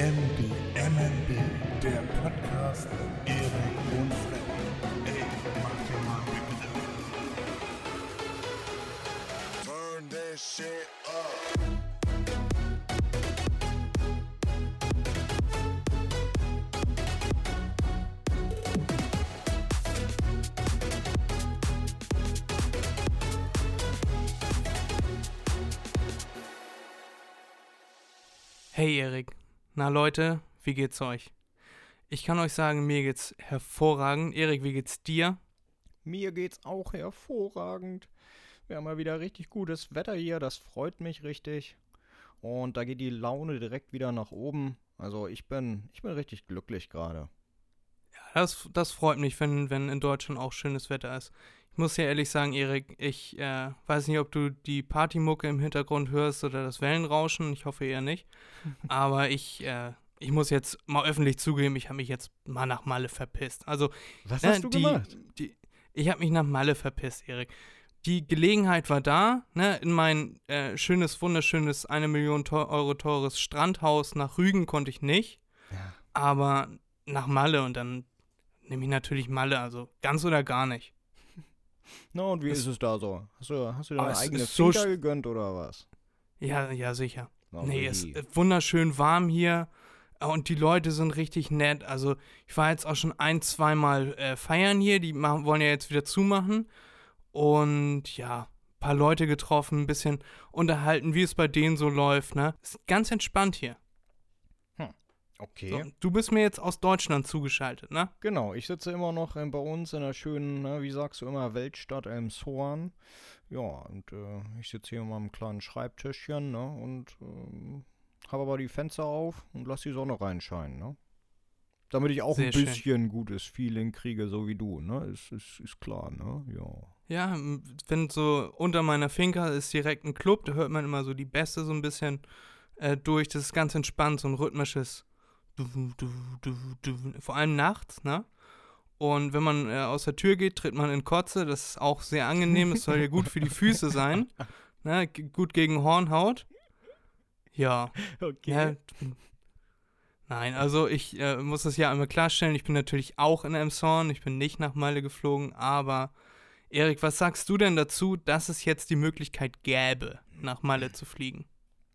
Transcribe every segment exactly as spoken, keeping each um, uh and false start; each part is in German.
M B M M B, der Podcast mit Erik und Fred. Ey, mach dir mal bitte. Turn that shit up. Hey Erik, na Leute, wie geht's euch? Ich kann euch sagen, mir geht's hervorragend. Erik, wie geht's dir? Mir geht's auch hervorragend. Wir haben mal wieder richtig gutes Wetter hier, das freut mich richtig. Und da geht die Laune direkt wieder nach oben. Also ich bin, ich bin richtig glücklich gerade. Ja, das, das freut mich, wenn, wenn in Deutschland auch schönes Wetter ist. Ich muss ja ehrlich sagen, Erik, ich äh, weiß nicht, ob du die Partymucke im Hintergrund hörst oder das Wellenrauschen. Ich hoffe eher nicht. Aber ich, äh, ich muss jetzt mal öffentlich zugeben, ich habe mich jetzt mal nach Malle verpisst. Also, Was ne, hast du die, gemacht? Die, ich habe mich nach Malle verpisst, Erik. Die Gelegenheit war da, ne, in mein äh, schönes, wunderschönes, eine Million teu- Euro teures Strandhaus nach Rügen konnte ich nicht. Ja. Aber nach Malle und dann nehme ich natürlich Malle, also ganz oder gar nicht. Na und wie Das- ist es da so? Hast du, hast du dir Ah, eine es eigene ist so Finca sch- gegönnt oder was? Ja, ja, sicher. Na, Nee, es wie? ist wunderschön warm hier äh, und die Leute sind richtig nett. Also ich war jetzt auch schon ein, zweimal äh, feiern hier, die machen, wollen ja jetzt wieder zumachen. Und ja, ein paar Leute getroffen, ein bisschen unterhalten, wie es bei denen so läuft, ne? Ist ganz entspannt hier. Okay. So, du bist mir jetzt aus Deutschland zugeschaltet, ne? Genau, ich sitze immer noch ähm, bei uns in der schönen, ne, wie sagst du immer, Weltstadt Elmshorn. Ja, und äh, ich sitze hier in meinem kleinen Schreibtischchen, ne, und ähm, habe aber die Fenster auf und lass die Sonne reinscheinen, ne? Damit ich auch Sehr ein schön. bisschen gutes Feeling kriege, so wie du, ne? Ist, ist, ist klar, ne? Ja. Ja, m- wenn so unter meiner Finca ist direkt ein Club, da hört man immer so die Bässe so ein bisschen äh, durch. Das ist ganz entspannt, so ein rhythmisches du, du, du, du, vor allem nachts, ne? Und wenn man äh, aus der Tür geht, tritt man in Kotze, das ist auch sehr angenehm, es soll ja gut für die Füße sein, ne? G- gut gegen Hornhaut. Ja, Okay. ja. Nein, also ich äh, muss das ja einmal klarstellen, ich bin natürlich auch in Elmshorn, ich bin nicht nach Malle geflogen, aber Erik, was sagst du denn dazu, dass es jetzt die Möglichkeit gäbe, nach Malle zu fliegen?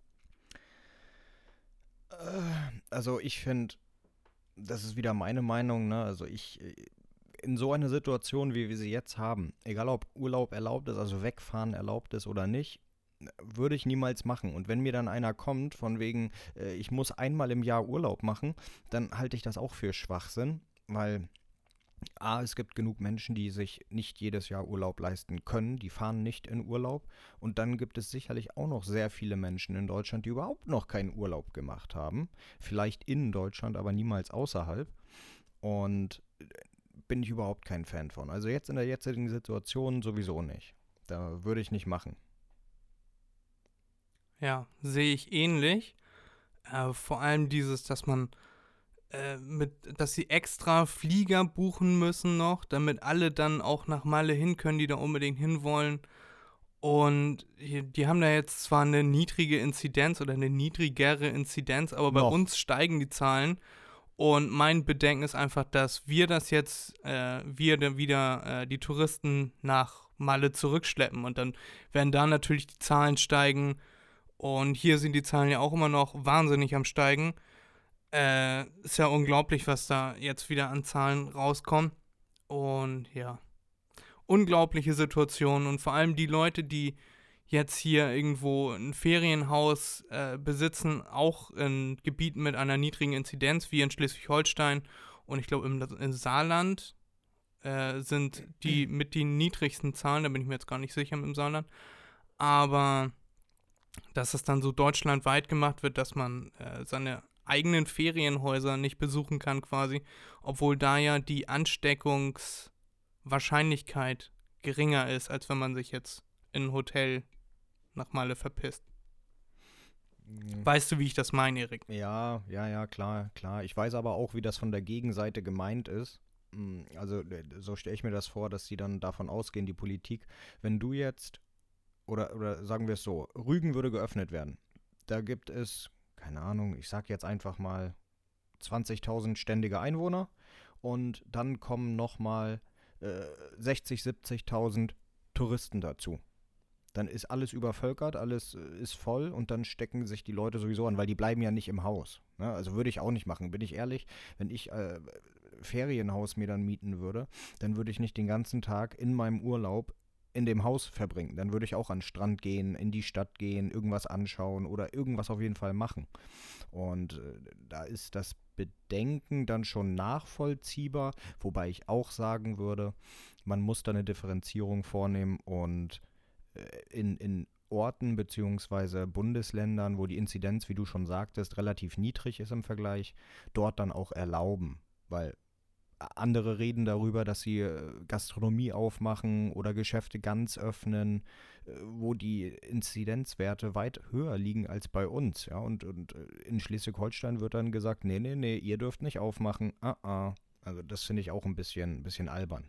Also ich finde, das ist wieder meine Meinung, ne? Also ich, in so einer Situation, wie wir sie jetzt haben, egal ob Urlaub erlaubt ist, also wegfahren erlaubt ist oder nicht, würde ich niemals machen. Und wenn mir dann einer kommt, von wegen, äh, ich muss einmal im Jahr Urlaub machen, dann halte ich das auch für Schwachsinn, weil A, es gibt genug Menschen, die sich nicht jedes Jahr Urlaub leisten können, die fahren nicht in Urlaub. Und dann gibt es sicherlich auch noch sehr viele Menschen in Deutschland, die überhaupt noch keinen Urlaub gemacht haben. Vielleicht in Deutschland, aber niemals außerhalb. Und äh, bin ich überhaupt kein Fan von. Also jetzt in der jetzigen Situation sowieso nicht. Da würde ich nicht machen. Ja, sehe ich ähnlich. Äh, vor allem dieses, dass man äh, mit, dass sie extra Flieger buchen müssen noch, damit alle dann auch nach Malle hin können, die da unbedingt hinwollen. Und die, die haben da jetzt zwar eine niedrige Inzidenz oder eine niedrigere Inzidenz, aber bei Noch. uns steigen die Zahlen. Und mein Bedenken ist einfach, dass wir das jetzt, äh, wir dann wieder äh, die Touristen nach Malle zurückschleppen. Und dann werden da natürlich die Zahlen steigen. Und hier sind die Zahlen ja auch immer noch wahnsinnig am Steigen. Äh, ist ja unglaublich, was da jetzt wieder an Zahlen rauskommt. Und ja, unglaubliche Situation. Und vor allem die Leute, die jetzt hier irgendwo ein Ferienhaus äh, besitzen, auch in Gebieten mit einer niedrigen Inzidenz, wie in Schleswig-Holstein und ich glaube im, im Saarland äh, sind die mit den niedrigsten Zahlen, da bin ich mir jetzt gar nicht sicher im Saarland, aber dass es dann so deutschlandweit gemacht wird, dass man äh, seine eigenen Ferienhäuser nicht besuchen kann quasi, obwohl da ja die Ansteckungswahrscheinlichkeit geringer ist, als wenn man sich jetzt in ein Hotel nach Malle verpisst. Weißt du, wie ich das meine, Erik? Ja, ja, ja, klar, klar. Ich weiß aber auch, wie das von der Gegenseite gemeint ist. Mm, Also, d- so stelle ich mir das vor, dass sie dann davon ausgehen, die Politik, wenn du jetzt, oder, oder sagen wir es so, Rügen würde geöffnet werden. Da gibt es, keine Ahnung, ich sag jetzt einfach mal zwanzigtausend ständige Einwohner und dann kommen nochmal äh, sechzig, siebzigtausend Touristen dazu. Dann ist alles übervölkert, alles äh, ist voll und dann stecken sich die Leute sowieso an, weil die bleiben ja nicht im Haus. Ne? Also würde ich auch nicht machen, bin ich ehrlich. Wenn ich äh, Ferienhaus mir dann mieten würde, dann würde ich nicht den ganzen Tag in meinem Urlaub in dem Haus verbringen. Dann würde ich auch an den Strand gehen, in die Stadt gehen, irgendwas anschauen oder irgendwas auf jeden Fall machen. Und äh, da ist das Bedenken dann schon nachvollziehbar, wobei ich auch sagen würde, man muss da eine Differenzierung vornehmen und äh, in, in Orten bzw. Bundesländern, wo die Inzidenz, wie du schon sagtest, relativ niedrig ist im Vergleich, dort dann auch erlauben, weil andere reden darüber, dass sie Gastronomie aufmachen oder Geschäfte ganz öffnen, wo die Inzidenzwerte weit höher liegen als bei uns. Ja? Und, und in Schleswig-Holstein wird dann gesagt, nee, nee, nee, ihr dürft nicht aufmachen. Ah, ah. Also das finde ich auch ein bisschen, ein bisschen albern.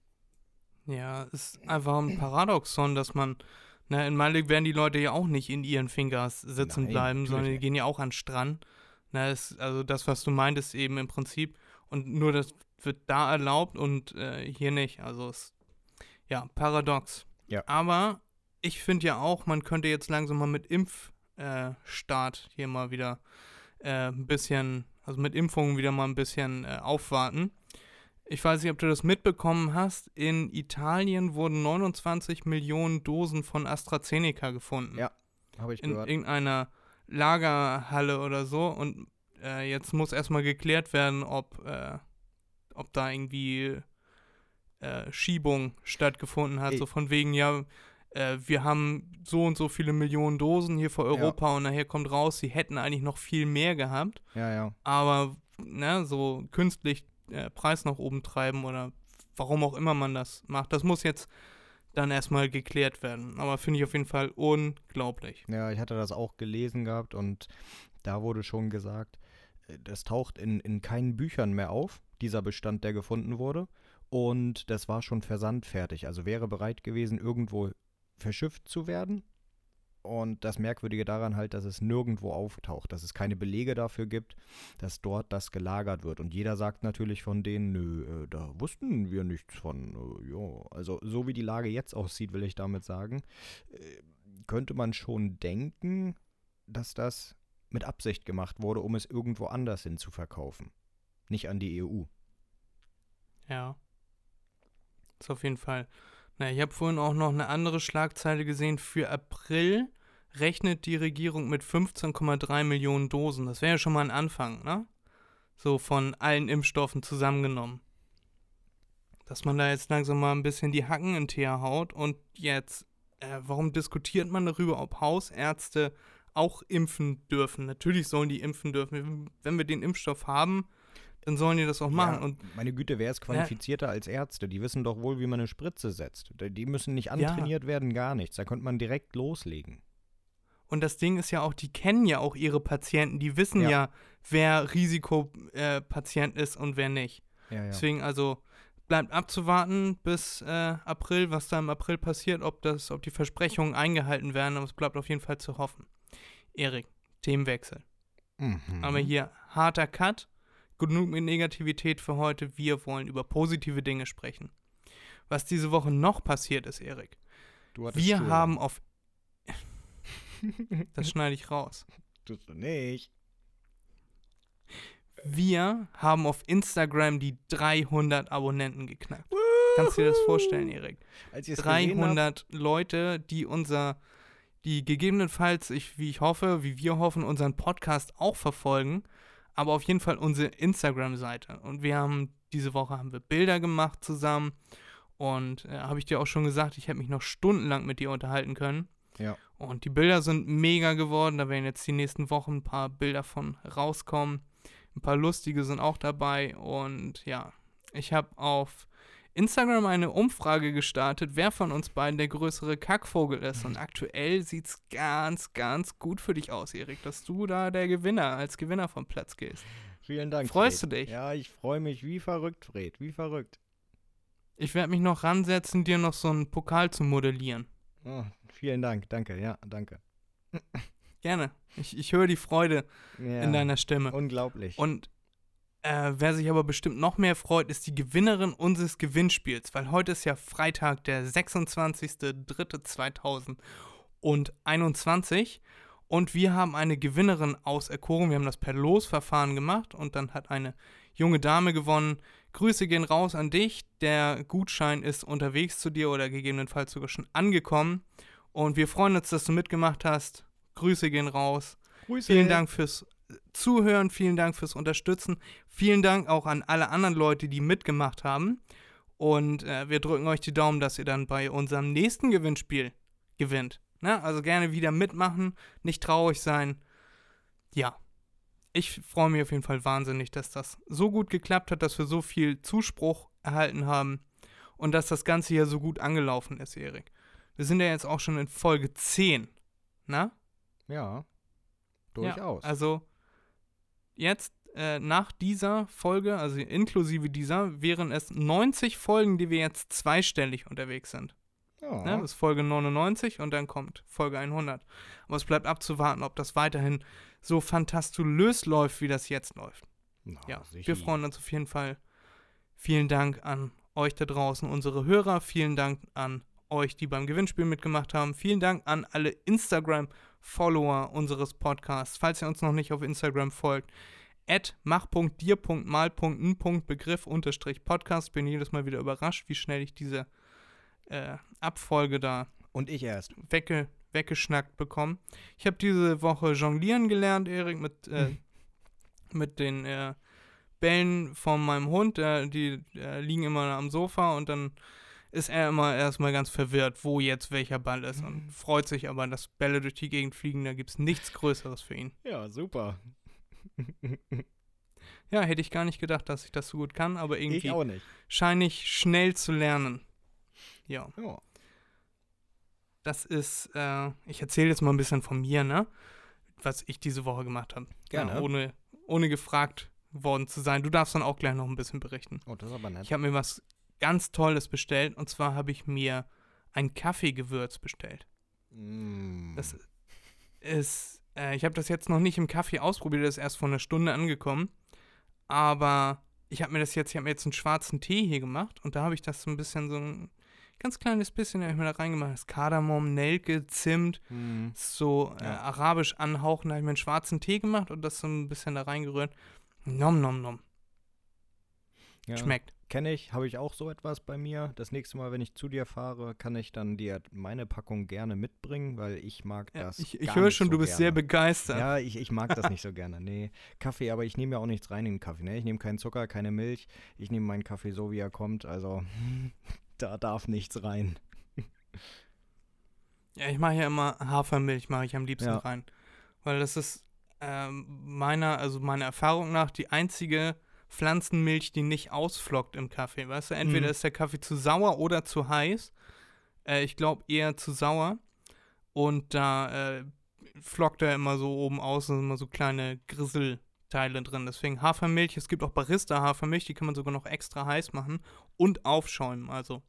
Ja, ist einfach ein Paradoxon, dass man, na, in Malik werden die Leute ja auch nicht in ihren Fingers sitzen Nein, bleiben, natürlich sondern die nicht. gehen ja auch an den Strand. Na, ist, also das, was du meintest eben im Prinzip. Und nur das wird da erlaubt und äh, hier nicht. Also es, ja, paradox. Ja. Aber ich finde ja auch, man könnte jetzt langsam mal mit Impfstart äh, hier mal wieder äh, ein bisschen, also mit Impfungen wieder mal ein bisschen äh, aufwarten. Ich weiß nicht, ob du das mitbekommen hast. In Italien wurden neunundzwanzig Millionen Dosen von AstraZeneca gefunden. Ja, habe ich in gehört. irgendeiner Lagerhalle oder so. Und äh, jetzt muss erstmal geklärt werden, ob, äh, ob da irgendwie äh, Schiebung stattgefunden hat. Ey. So von wegen, ja, äh, wir haben so und so viele Millionen Dosen hier für Europa und nachher kommt raus, sie hätten eigentlich noch viel mehr gehabt. Ja, ja. Aber ne, so künstlich äh, Preis nach oben treiben oder warum auch immer man das macht, das muss jetzt dann erstmal geklärt werden. Aber finde ich auf jeden Fall unglaublich. Ja, ich hatte das auch gelesen gehabt und da wurde schon gesagt, das taucht in, in keinen Büchern mehr auf, dieser Bestand, der gefunden wurde. Und das war schon versandfertig, also wäre bereit gewesen, irgendwo verschifft zu werden. Und das Merkwürdige daran halt, dass es nirgendwo auftaucht, dass es keine Belege dafür gibt, dass dort das gelagert wird. Und jeder sagt natürlich von denen, nö, äh, da wussten wir nichts von. Äh, ja, also so wie die Lage jetzt aussieht, will ich damit sagen, äh, könnte man schon denken, dass das mit Absicht gemacht wurde, um es irgendwo anders hin zu verkaufen. Nicht an die E U. Ja. Ist auf jeden Fall. Na, ich habe vorhin auch noch eine andere Schlagzeile gesehen. Für April rechnet die Regierung mit fünfzehn Komma drei Millionen Dosen. Das wäre ja schon mal ein Anfang, ne? So von allen Impfstoffen zusammengenommen. Dass man da jetzt langsam mal ein bisschen die Hacken in den Teer haut. Und jetzt, äh, warum diskutiert man darüber, ob Hausärzte auch impfen dürfen? Natürlich sollen die impfen dürfen. Wenn wir den Impfstoff haben, dann sollen die das auch machen. Ja, und meine Güte, wer ist qualifizierter ja. als Ärzte? Die wissen doch wohl, wie man eine Spritze setzt. Die müssen nicht antrainiert ja. werden, gar nichts. Da könnte man direkt loslegen. Und das Ding ist ja auch, die kennen ja auch ihre Patienten. Die wissen ja, ja wer Risikopatient äh, ist und wer nicht. Ja, ja. Deswegen also bleibt abzuwarten bis äh, April, was da im April passiert, ob, das, ob die Versprechungen eingehalten werden. Aber es bleibt auf jeden Fall zu hoffen. Erik, Themenwechsel. Mhm. Aber hier harter Cut. Genug mit Negativität für heute. Wir wollen über positive Dinge sprechen. Was diese Woche noch passiert ist, Erik. Du hattest Wir Schuhe. haben auf... Das schneide ich raus. Tust du nicht. Wir haben auf Instagram die dreihundert Abonnenten geknackt. Woo! Kannst du dir das vorstellen, Erik? Als ich's dreihundert Leute, die unser, die gegebenenfalls, ich, wie ich hoffe, wie wir hoffen, unseren Podcast auch verfolgen, aber auf jeden Fall unsere Instagram-Seite. Und wir haben, diese Woche haben wir Bilder gemacht zusammen und äh, habe ich dir auch schon gesagt, ich hätte mich noch stundenlang mit dir unterhalten können. Ja. Und die Bilder sind mega geworden, da werden jetzt die nächsten Wochen ein paar Bilder von rauskommen. Ein paar lustige sind auch dabei und ja, ich habe auf Instagram eine Umfrage gestartet, wer von uns beiden der größere Kackvogel ist. Und aktuell sieht es ganz, ganz gut für dich aus, Erik, dass du da der Gewinner, als Gewinner vom Platz gehst. Vielen Dank, Freust Fred. du dich? Ja, ich freue mich wie verrückt, Fred, wie verrückt. Ich werde mich noch ransetzen, dir noch so einen Pokal zu modellieren. Oh, vielen Dank, danke, ja, danke. Gerne. Ich, ich höre die Freude Ja, in deiner Stimme. unglaublich. Und Äh, wer sich aber bestimmt noch mehr freut, ist die Gewinnerin unseres Gewinnspiels, weil heute ist ja Freitag, der sechsundzwanzigster dritter zweitausendeinundzwanzig und wir haben eine Gewinnerin auserkoren. Wir haben das per Losverfahren gemacht und dann hat eine junge Dame gewonnen. Grüße gehen raus an dich. Der Gutschein ist unterwegs zu dir oder gegebenenfalls sogar schon angekommen. Und wir freuen uns, dass du mitgemacht hast. Grüße gehen raus. Grüße. Vielen Dank fürs Zuhören, vielen Dank fürs Unterstützen. Vielen Dank auch an alle anderen Leute, die mitgemacht haben. Und äh, wir drücken euch die Daumen, dass ihr dann bei unserem nächsten Gewinnspiel gewinnt. Ne? Also gerne wieder mitmachen, nicht traurig sein. Ja, ich freue mich auf jeden Fall wahnsinnig, dass das so gut geklappt hat, dass wir so viel Zuspruch erhalten haben und dass das Ganze hier so gut angelaufen ist, Erik. Wir sind ja jetzt auch schon in Folge zehn, ne? Ja, durchaus. Ja, also jetzt äh, nach dieser Folge, also inklusive dieser, wären es neunzig Folgen, die wir jetzt zweistellig unterwegs sind. Ja. Ne? Das ist Folge neunundneunzig und dann kommt Folge hundert. Aber es bleibt abzuwarten, ob das weiterhin so fantastulös läuft, wie das jetzt läuft. Na, Ja, sicher. wir freuen uns auf jeden Fall. Vielen Dank an euch da draußen, unsere Hörer. Vielen Dank an euch, die beim Gewinnspiel mitgemacht haben. Vielen Dank an alle Instagram-Follower unseres Podcasts. Falls ihr uns noch nicht auf Instagram folgt, at mach.dir.mal.n.begriff-podcast. Bin jedes Mal wieder überrascht, wie schnell ich diese äh, Abfolge da Und ich erst. wegge weggeschnackt bekomme. Ich habe diese Woche jonglieren gelernt, Erik, mit, äh, mit den äh, Bällen von meinem Hund. Äh, die äh, liegen immer am Sofa und dann ist er immer erstmal ganz verwirrt, wo jetzt welcher Ball ist und freut sich aber, dass Bälle durch die Gegend fliegen. Da gibt es nichts Größeres für ihn. Ja, super. Ja, hätte ich gar nicht gedacht, dass ich das so gut kann, aber Ich irgendwie auch nicht. scheine ich schnell zu lernen. Ja. Ja. Das ist, äh, ich erzähle jetzt mal ein bisschen von mir, ne? Was ich diese Woche gemacht habe. Gerne. Ja, ohne, ohne gefragt worden zu sein. Du darfst dann auch gleich noch ein bisschen berichten. Oh, das ist aber nett. Ich habe mir was ganz Tolles bestellt und zwar habe ich mir ein Kaffeegewürz bestellt. Mm. Das ist, äh, ich habe das jetzt noch nicht im Kaffee ausprobiert, das ist erst vor einer Stunde angekommen. Aber ich habe mir das jetzt, ich habe mir jetzt einen schwarzen Tee hier gemacht und da habe ich das so ein bisschen so ein ganz kleines bisschen, habe ich mir da reingemacht. Das Kardamom, Nelke, Zimt, Mm. so äh, Ja. arabisch anhauchen. Da habe ich mir einen schwarzen Tee gemacht und das so ein bisschen da reingerührt. Nom, nom, nom. Ja. Schmeckt. Kenne ich, habe ich auch so etwas bei mir. Das nächste Mal, wenn ich zu dir fahre, kann ich dann dir meine Packung gerne mitbringen, weil ich mag Ja, das ich ich gar höre nicht schon, so du bist sehr gerne. begeistert. Ja, ich, ich mag das nicht so gerne. Nee, Kaffee, aber ich nehme ja auch nichts rein in den Kaffee. Ne? Ich nehme keinen Zucker, keine Milch. Ich nehme meinen Kaffee so, wie er kommt. Also, da darf nichts rein. Ja, ich mache ja immer Hafermilch, mache ich am liebsten Ja. rein. Weil das ist ähm, meiner, also meiner Erfahrung nach die einzige Pflanzenmilch, die nicht ausflockt im Kaffee. Weißt du, entweder Mhm. ist der Kaffee zu sauer oder zu heiß. Äh, ich glaube eher zu sauer. Und da äh, flockt er immer so oben aus, sind immer so kleine Grisselteile drin. Deswegen Hafermilch, es gibt auch Barista-Hafermilch, die kann man sogar noch extra heiß machen und aufschäumen. Also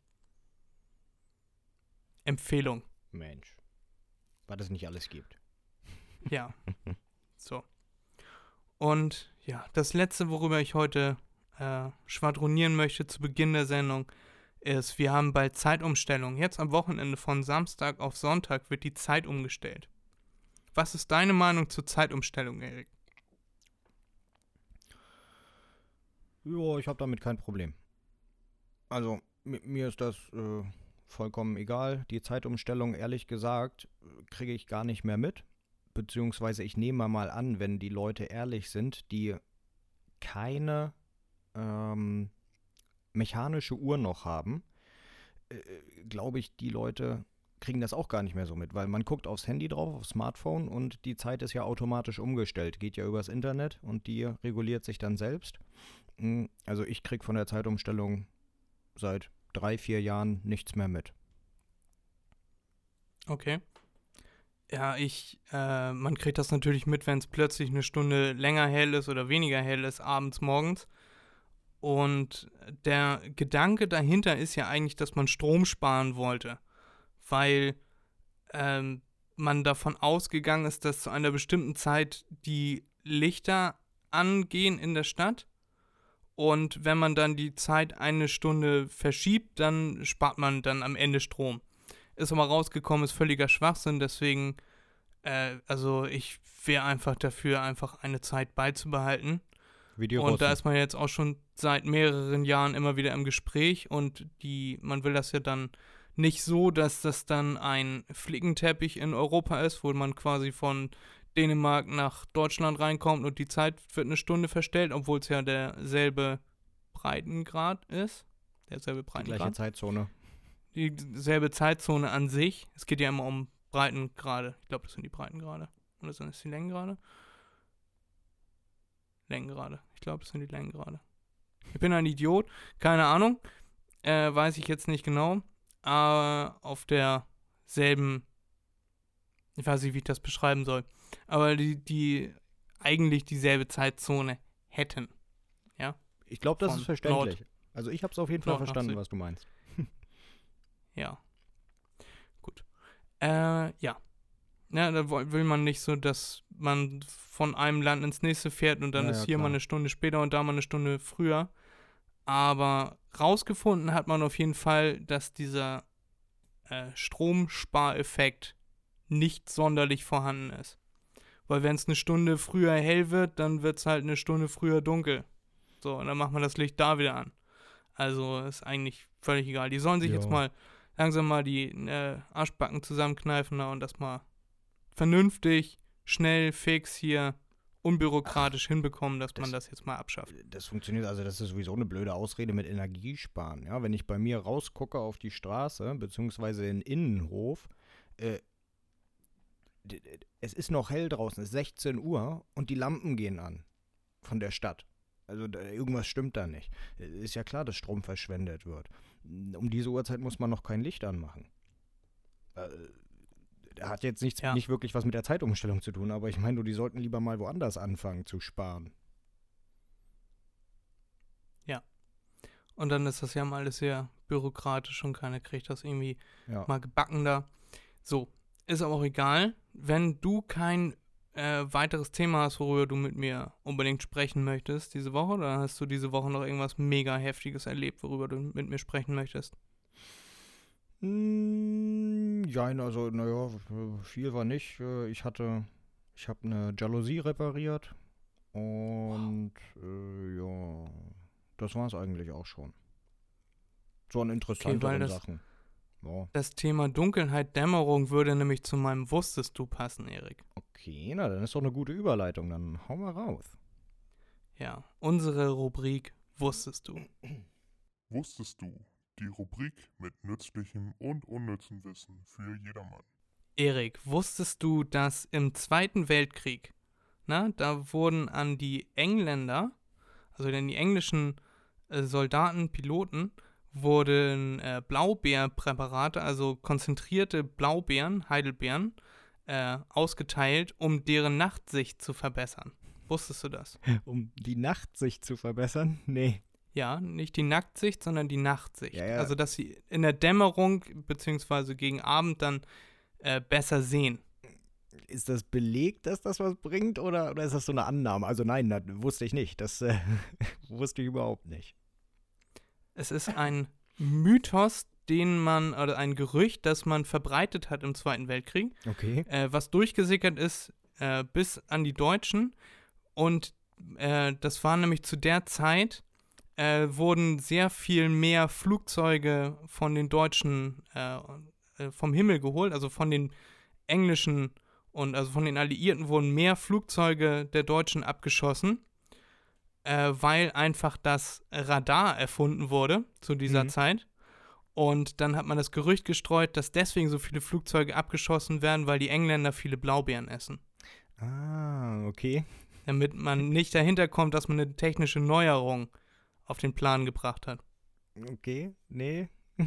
Empfehlung. Mensch, was es nicht alles gibt. Ja. So. Und ja, das Letzte, worüber ich heute äh, schwadronieren möchte zu Beginn der Sendung, ist, wir haben bald Zeitumstellung. Jetzt am Wochenende von Samstag auf Sonntag wird die Zeit umgestellt. Was ist deine Meinung zur Zeitumstellung, Erik? Ja, ich habe damit kein Problem. Also, mi- mir ist das äh, vollkommen egal. Die Zeitumstellung, ehrlich gesagt, kriege ich gar nicht mehr mit. Beziehungsweise ich nehme mal an, wenn die Leute ehrlich sind, die keine ähm, mechanische Uhr noch haben, äh, glaube ich, die Leute kriegen das auch gar nicht mehr so mit, weil man guckt aufs Handy drauf, aufs Smartphone und die Zeit ist ja automatisch umgestellt, geht ja übers Internet und die reguliert sich dann selbst. Mm, Also ich kriege von der Zeitumstellung seit drei, vier Jahren nichts mehr mit. Okay. Ja, ich, äh, man kriegt das natürlich mit, wenn es plötzlich eine Stunde länger hell ist oder weniger hell ist, abends, morgens. Und der Gedanke dahinter ist ja eigentlich, dass man Strom sparen wollte, weil ähm, man davon ausgegangen ist, dass zu einer bestimmten Zeit die Lichter angehen in der Stadt Und wenn man dann die Zeit eine Stunde verschiebt, dann spart man dann am Ende Strom. Ist aber rausgekommen, ist völliger Schwachsinn, deswegen, äh, also ich wäre einfach dafür, einfach eine Zeit beizubehalten. Wie die Und da Russen. ist man jetzt auch schon seit mehreren Jahren immer wieder im Gespräch und die, man will das ja dann nicht so, dass das dann ein Flickenteppich in Europa ist, wo man quasi von Dänemark nach Deutschland reinkommt und die Zeit wird eine Stunde verstellt, obwohl es ja derselbe Breitengrad ist. Derselbe Die gleiche Breitengrad. Zeitzone. Dieselbe Zeitzone an sich. Es geht ja immer um Breitengrade. Ich glaube, das sind die Breitengrade. Oder sind das die Längengrade? Längengrade. Ich glaube, das sind die Längengrade. Ich bin ein Idiot. Keine Ahnung. Äh, weiß ich jetzt nicht genau. Aber auf derselben, ich weiß nicht, wie ich das beschreiben soll, aber die, die eigentlich dieselbe Zeitzone hätten. Ja? Ich glaube, das Von ist verständlich. Nord- Also ich habe es auf jeden Fall Nord nach verstanden, Süd. was du meinst. Ja. Gut. Äh, ja. Ja, da wo- will man nicht so, dass man von einem Land ins nächste fährt und dann Ja, ist ja, hier mal klar. eine Stunde später und da mal eine Stunde früher. Aber rausgefunden hat man auf jeden Fall, dass dieser äh, Stromspareffekt nicht sonderlich vorhanden ist. Weil wenn es eine Stunde früher hell wird, dann wird es halt eine Stunde früher dunkel. So, und dann macht man das Licht da wieder an. Also ist eigentlich völlig egal. Die sollen sich Ja. jetzt mal langsam mal die äh, Arschbacken zusammenkneifen na, und das mal vernünftig, schnell, fix hier, unbürokratisch hinbekommen, dass das- man das jetzt mal abschafft. Das funktioniert, also das ist sowieso eine blöde Ausrede mit Energiesparen. Ja, wenn ich bei mir rausgucke auf die Straße, beziehungsweise in den Innenhof, äh, d- d- es ist noch hell draußen, es ist sechzehn Uhr und die Lampen gehen an von der Stadt. Also da, irgendwas stimmt da nicht. Äh, Ist ja klar, dass Strom verschwendet wird. Um diese Uhrzeit muss man noch kein Licht anmachen. Äh, hat jetzt nichts, Ja. nicht wirklich was mit der Zeitumstellung zu tun, aber ich meine, die sollten lieber mal woanders anfangen zu sparen. Und dann ist das ja mal alles sehr bürokratisch und keiner kriegt das irgendwie Ja. mal gebacken da. So, ist aber auch egal. Wenn du kein äh, weiteres Thema hast, worüber du mit mir unbedingt sprechen möchtest diese Woche, oder hast du diese Woche noch irgendwas mega Heftiges erlebt, worüber du mit mir sprechen möchtest? Mm, Ja, also, naja, viel war nicht. Äh, Ich hatte, ich habe eine Jalousie repariert und äh, ja, das war es eigentlich auch schon. So an interessanteren das- Sachen. Ja, Das Thema Dunkelheit, Dämmerung würde nämlich zu meinem Wusstest du passen, Erik. okay, na, dann ist doch eine gute Überleitung. Dann hau mal raus. Ja, unsere Rubrik Wusstest du. Wusstest du? Die Rubrik mit nützlichem und unnützem Wissen für jedermann. Erik, wusstest du, dass im Zweiten Weltkrieg, na, da wurden an die Engländer, also an die englischen äh, Soldaten, Piloten, wurden äh, Blaubeerpräparate, also konzentrierte Blaubeeren, Heidelbeeren, äh, ausgeteilt, um deren Nachtsicht zu verbessern. Wusstest du das? Um die Nachtsicht zu verbessern? Nee. Ja, nicht die Nacktsicht, sondern die Nachtsicht. Ja, ja. Also, dass sie in der Dämmerung beziehungsweise gegen Abend dann äh, besser sehen. Ist das belegt, dass das was bringt oder, oder ist das so eine Annahme? Also nein, das wusste ich nicht. Das äh, wusste ich überhaupt nicht. Es ist ein Mythos, den man, oder ein Gerücht, das man verbreitet hat im Zweiten Weltkrieg, Okay. äh, was durchgesickert ist äh, bis an die Deutschen. Und äh, das war nämlich zu der Zeit, äh, wurden sehr viel mehr Flugzeuge von den Deutschen äh, äh, vom Himmel geholt, also von den englischen und also von den Alliierten wurden mehr Flugzeuge der Deutschen abgeschossen, äh, weil einfach das Radar erfunden wurde zu dieser Mhm. Zeit. Und dann hat man das Gerücht gestreut, dass deswegen so viele Flugzeuge abgeschossen werden, weil die Engländer viele Blaubeeren essen. Ah, okay. Damit man nicht dahinter kommt, dass man eine technische Neuerung auf den Plan gebracht hat. Okay, nee.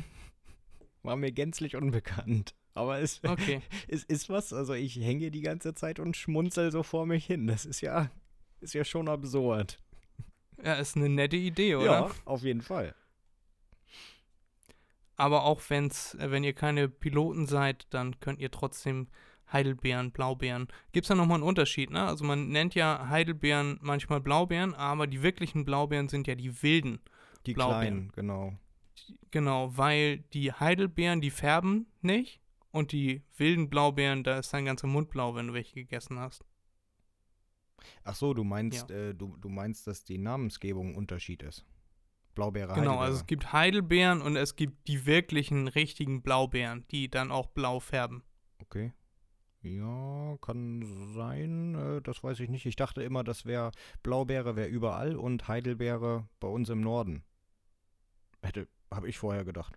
War mir gänzlich unbekannt. Aber es, Okay. es ist was. Also ich hänge die ganze Zeit und schmunzel so vor mich hin. Das ist ja, ist ja schon absurd. Ja, ist eine nette Idee, oder? Ja, auf jeden Fall. Aber auch wenn's, äh, wenn ihr keine Piloten seid, dann könnt ihr trotzdem Heidelbeeren, Blaubeeren. Gibt es da nochmal einen Unterschied, ne? Also man nennt ja Heidelbeeren manchmal Blaubeeren, aber die wirklichen Blaubeeren sind ja die wilden Die Blaubeeren. kleinen, genau. Genau, weil die Heidelbeeren, die färben nicht und die wilden Blaubeeren, da ist dein ganzer Mund blau, wenn du welche gegessen hast. Ach so, du meinst, Ja. äh, du, du meinst, dass die Namensgebung ein Unterschied ist. Blaubeere, Genau, Heidelbeere. also es gibt Heidelbeeren und es gibt die wirklichen, richtigen Blaubeeren, die dann auch blau färben. Okay. Ja, kann sein. Äh, das weiß ich nicht. Ich dachte immer, das wäre Blaubeere wäre überall und Heidelbeere bei uns im Norden. Hätte, habe ich vorher gedacht.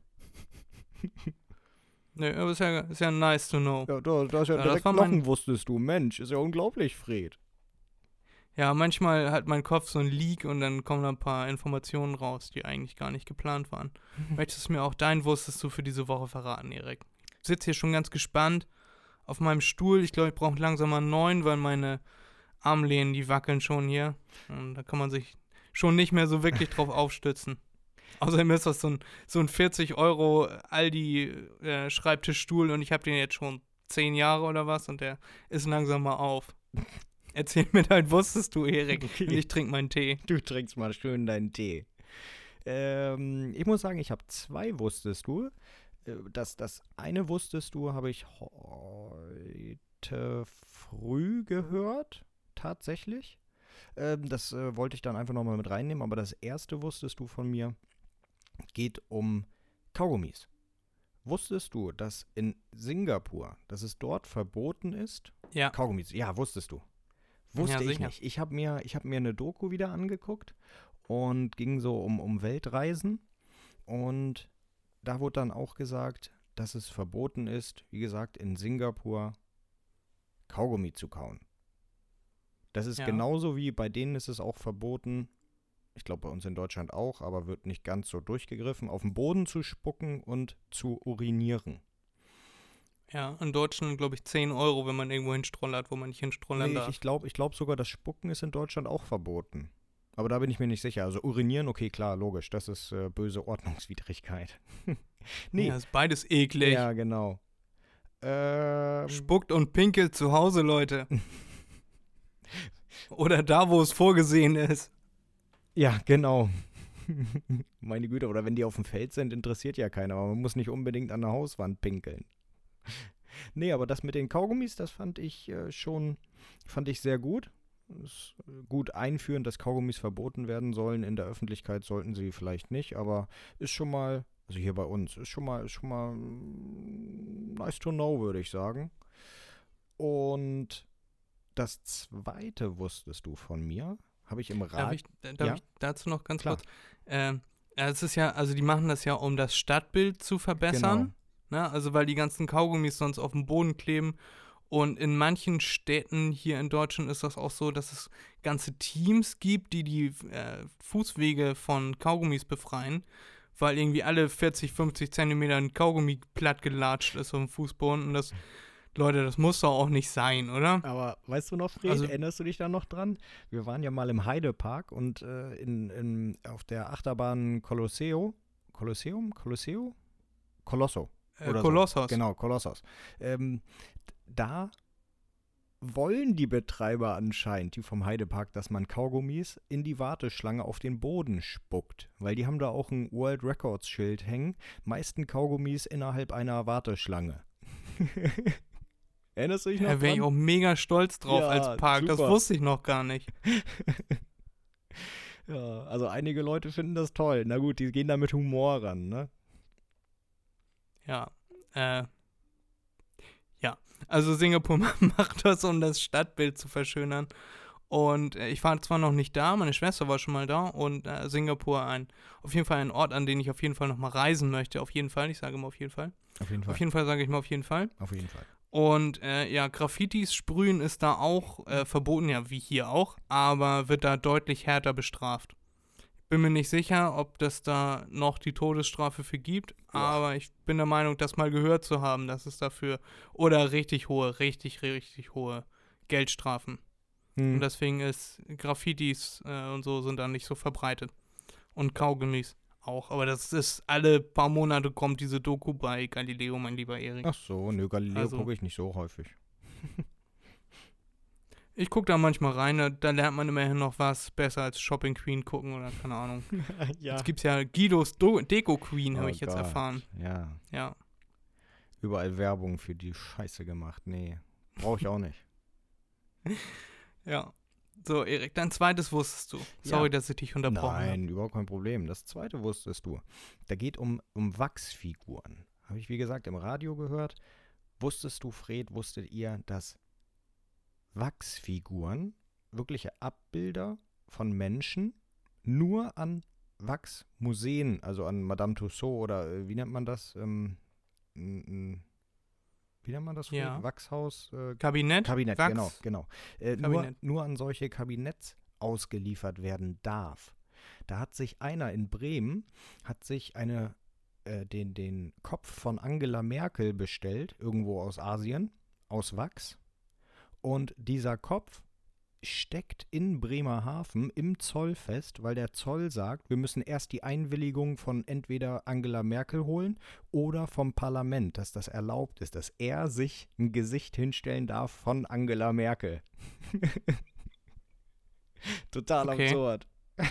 Ne, aber ist ja, ist ja nice to know. Ja, da, da ist ja Ja, das direkt war noch mein- ein wusstest du. Mensch, ist ja unglaublich, Fred. Ja, manchmal hat mein Kopf so ein Leak und dann kommen da ein paar Informationen raus, die eigentlich gar nicht geplant waren. Möchtest du mir auch dein Wusstest du für diese Woche verraten, Erik? Ich sitze hier schon ganz gespannt auf meinem Stuhl. Ich glaube, ich brauche langsam mal einen neuen, weil meine Armlehnen, die wackeln schon hier. Und da kann man sich schon nicht mehr so wirklich drauf aufstützen. Außerdem ist das so ein, so ein vierzig Euro Aldi-Schreibtischstuhl und ich habe den jetzt schon zehn Jahre oder was und der ist langsam mal auf. Erzähl mir dein Wusstest du, Erik. Okay. Und ich trinke meinen Tee. Du trinkst mal schön deinen Tee. Ähm, ich muss sagen, ich habe zwei wusstest du. Äh, Das, das eine wusstest du, habe ich heute früh gehört, tatsächlich. Ähm, das äh, wollte ich dann einfach nochmal mit reinnehmen, aber das erste wusstest du von mir geht um Kaugummis. Wusstest du, dass in Singapur, dass es dort verboten ist, Ja. Kaugummis, ja, wusstest du. Wusste Ja, ich sicher. nicht. Ich habe mir, ich hab mir eine Doku wieder angeguckt und ging so um, um Weltreisen. Und da wurde dann auch gesagt, dass es verboten ist, wie gesagt, in Singapur Kaugummi zu kauen. Das ist Ja. genauso wie bei denen ist es auch verboten, ich glaube bei uns in Deutschland auch, aber wird nicht ganz so durchgegriffen, auf den Boden zu spucken und zu urinieren. Ja, in Deutschland, glaube ich, zehn Euro, wenn man irgendwo hinstrollert, wo man nicht hinstrollern Nee, ich darf. ich glaube ich glaub sogar, das Spucken ist in Deutschland auch verboten. Aber da bin ich mir nicht sicher. Also urinieren, okay, klar, logisch. Das ist äh, böse Ordnungswidrigkeit. nee, Ja, ist beides eklig. ja, genau. Ähm, Spuckt und pinkelt zu Hause, Leute. Oder da, wo es vorgesehen ist. ja, genau. Meine Güte, oder wenn die auf dem Feld sind, interessiert ja keiner. Aber man muss nicht unbedingt an der Hauswand pinkeln. nee, aber das mit den Kaugummis, das fand ich äh, schon, fand ich sehr gut. Ist äh, gut einführen, dass Kaugummis verboten werden sollen. In der Öffentlichkeit sollten sie vielleicht nicht, aber ist schon mal, also hier bei uns, ist schon mal, ist schon mal mm, nice to know, würde ich sagen. Und das zweite wusstest du von mir, habe ich im Darf, Rat. ich, darf Ja. ich dazu noch ganz Klar. kurz? Ähm, ja, es ist ja, also die machen das ja, um das Stadtbild zu verbessern. Ne? Also weil die ganzen Kaugummis sonst auf dem Boden kleben. Und in manchen Städten hier in Deutschland ist das auch so, dass es ganze Teams gibt, die die äh, Fußwege von Kaugummis befreien, weil irgendwie alle vierzig, fünfzig Zentimeter ein Kaugummi platt gelatscht ist auf dem Fußboden. Und das, Leute, das muss doch auch nicht sein, oder? Aber weißt du noch, Fred, Also- erinnerst du dich da noch dran? Wir waren ja mal im Heidepark und äh, in, in, auf der Achterbahn Colosseo. Colosseum? Colosseo? Colosso. Äh, Oder so. Kolossos. Genau, Kolossos. Ähm, da wollen die Betreiber anscheinend, die vom Heidepark, dass man Kaugummis in die Warteschlange auf den Boden spuckt. Weil die haben da auch ein World Records Schild hängen. Meisten Kaugummis innerhalb einer Warteschlange. Erinnerst du dich noch Da wäre ich dran? auch mega stolz drauf Ja, als Park. Das super. wusste ich noch gar nicht. Ja, also einige Leute finden das toll. Na gut, die gehen da mit Humor ran, ne? Ja. Äh. Ja. Also Singapur macht das, um das Stadtbild zu verschönern. Und äh, ich war zwar noch nicht da, meine Schwester war schon mal da. Und äh, Singapur ein, auf jeden Fall ein Ort, an den ich auf jeden Fall nochmal reisen möchte. Auf jeden Fall. Ich sage immer auf jeden Fall. Auf jeden Fall. Auf jeden Fall sage ich mal auf jeden Fall. Auf jeden Fall. Und äh, ja, Graffitis sprühen ist da auch äh, verboten, ja, wie hier auch, aber wird da deutlich härter bestraft. Bin mir nicht sicher, ob das da noch die Todesstrafe für gibt, Boah. aber ich bin der Meinung, das mal gehört zu haben, dass es dafür oder richtig hohe, richtig, richtig hohe Geldstrafen. Hm. Und deswegen ist Graffitis äh, und so sind da nicht so verbreitet. Und Kaugummis auch, aber das ist alle paar Monate kommt diese Doku bei Galileo, mein lieber Erik. Ach so, nö, Galileo Also- gucke ich nicht so häufig. Ich gucke da manchmal rein, da, da lernt man immerhin noch was besser als Shopping Queen gucken oder keine Ahnung. Ja. Jetzt gibt es ja Guidos Do- Deko Queen, habe Oh ich jetzt Gott, erfahren. Ja, Ja. überall Werbung für die Scheiße gemacht. Nee, brauche ich auch nicht. Ja. So, Erik, dein zweites wusstest du. Sorry, Ja. dass ich dich unterbrochen habe. Nein, überhaupt kein Problem. Das zweite wusstest du. Da geht um, um Wachsfiguren. Habe ich, wie gesagt, im Radio gehört. Wusstest du, Fred, wusstet ihr, dass Wachsfiguren, wirkliche Abbilder von Menschen, nur an Wachsmuseen, also an Madame Tussauds oder äh, wie nennt man das? Ähm, n- n- wie nennt man das? Fred? Ja. Wachshaus? Äh, Kabinett? Kabinett, Wachs? genau, genau. Äh, nur, Kabinett. nur an solche Kabinetts ausgeliefert werden darf. Da hat sich einer in Bremen, hat sich eine, äh, den, den Kopf von Angela Merkel bestellt, irgendwo aus Asien, aus Wachs. Und dieser Kopf steckt in Bremerhaven im Zoll fest, weil der Zoll sagt, wir müssen erst die Einwilligung von entweder Angela Merkel holen oder vom Parlament, dass das erlaubt ist, dass er sich ein Gesicht hinstellen darf von Angela Merkel. Total Okay. absurd.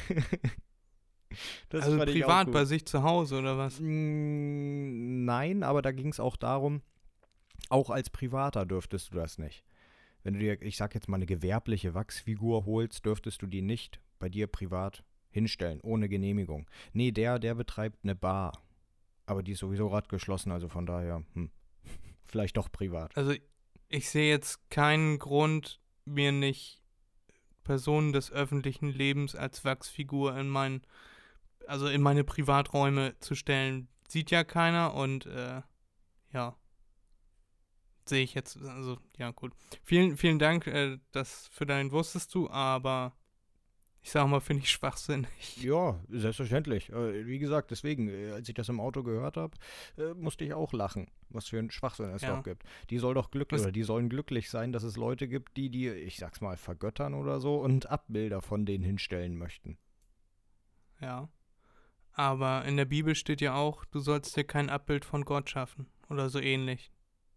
Das Also fand ich auch privat gut. bei sich zu Hause oder was? Mm, Nein, aber da ging es auch darum, auch als Privater dürftest du das nicht. Wenn du dir, ich sag jetzt mal, eine gewerbliche Wachsfigur holst, dürftest du die nicht bei dir privat hinstellen, ohne Genehmigung. Nee, der, der betreibt eine Bar. Aber die ist sowieso gerade geschlossen, also von daher, hm, vielleicht doch privat. Also ich sehe jetzt keinen Grund, mir nicht Personen des öffentlichen Lebens als Wachsfigur in mein, also in meine Privaträume zu stellen. Sieht ja keiner und äh, ja. Sehe ich jetzt, also ja gut. Vielen, vielen Dank, äh, das für deinen wusstest du, aber ich sag mal, finde ich schwachsinnig. Ja, selbstverständlich. Äh, wie gesagt, deswegen, äh, als ich das im Auto gehört habe, äh, musste ich auch lachen, was für ein Schwachsinn es Ja. doch gibt. Die soll doch glücklich, Was- oder die sollen glücklich sein, dass es Leute gibt, die die, ich sag's mal, vergöttern oder so und Abbilder von denen hinstellen möchten. Ja. Aber in der Bibel steht ja auch, du sollst dir kein Abbild von Gott schaffen oder so ähnlich.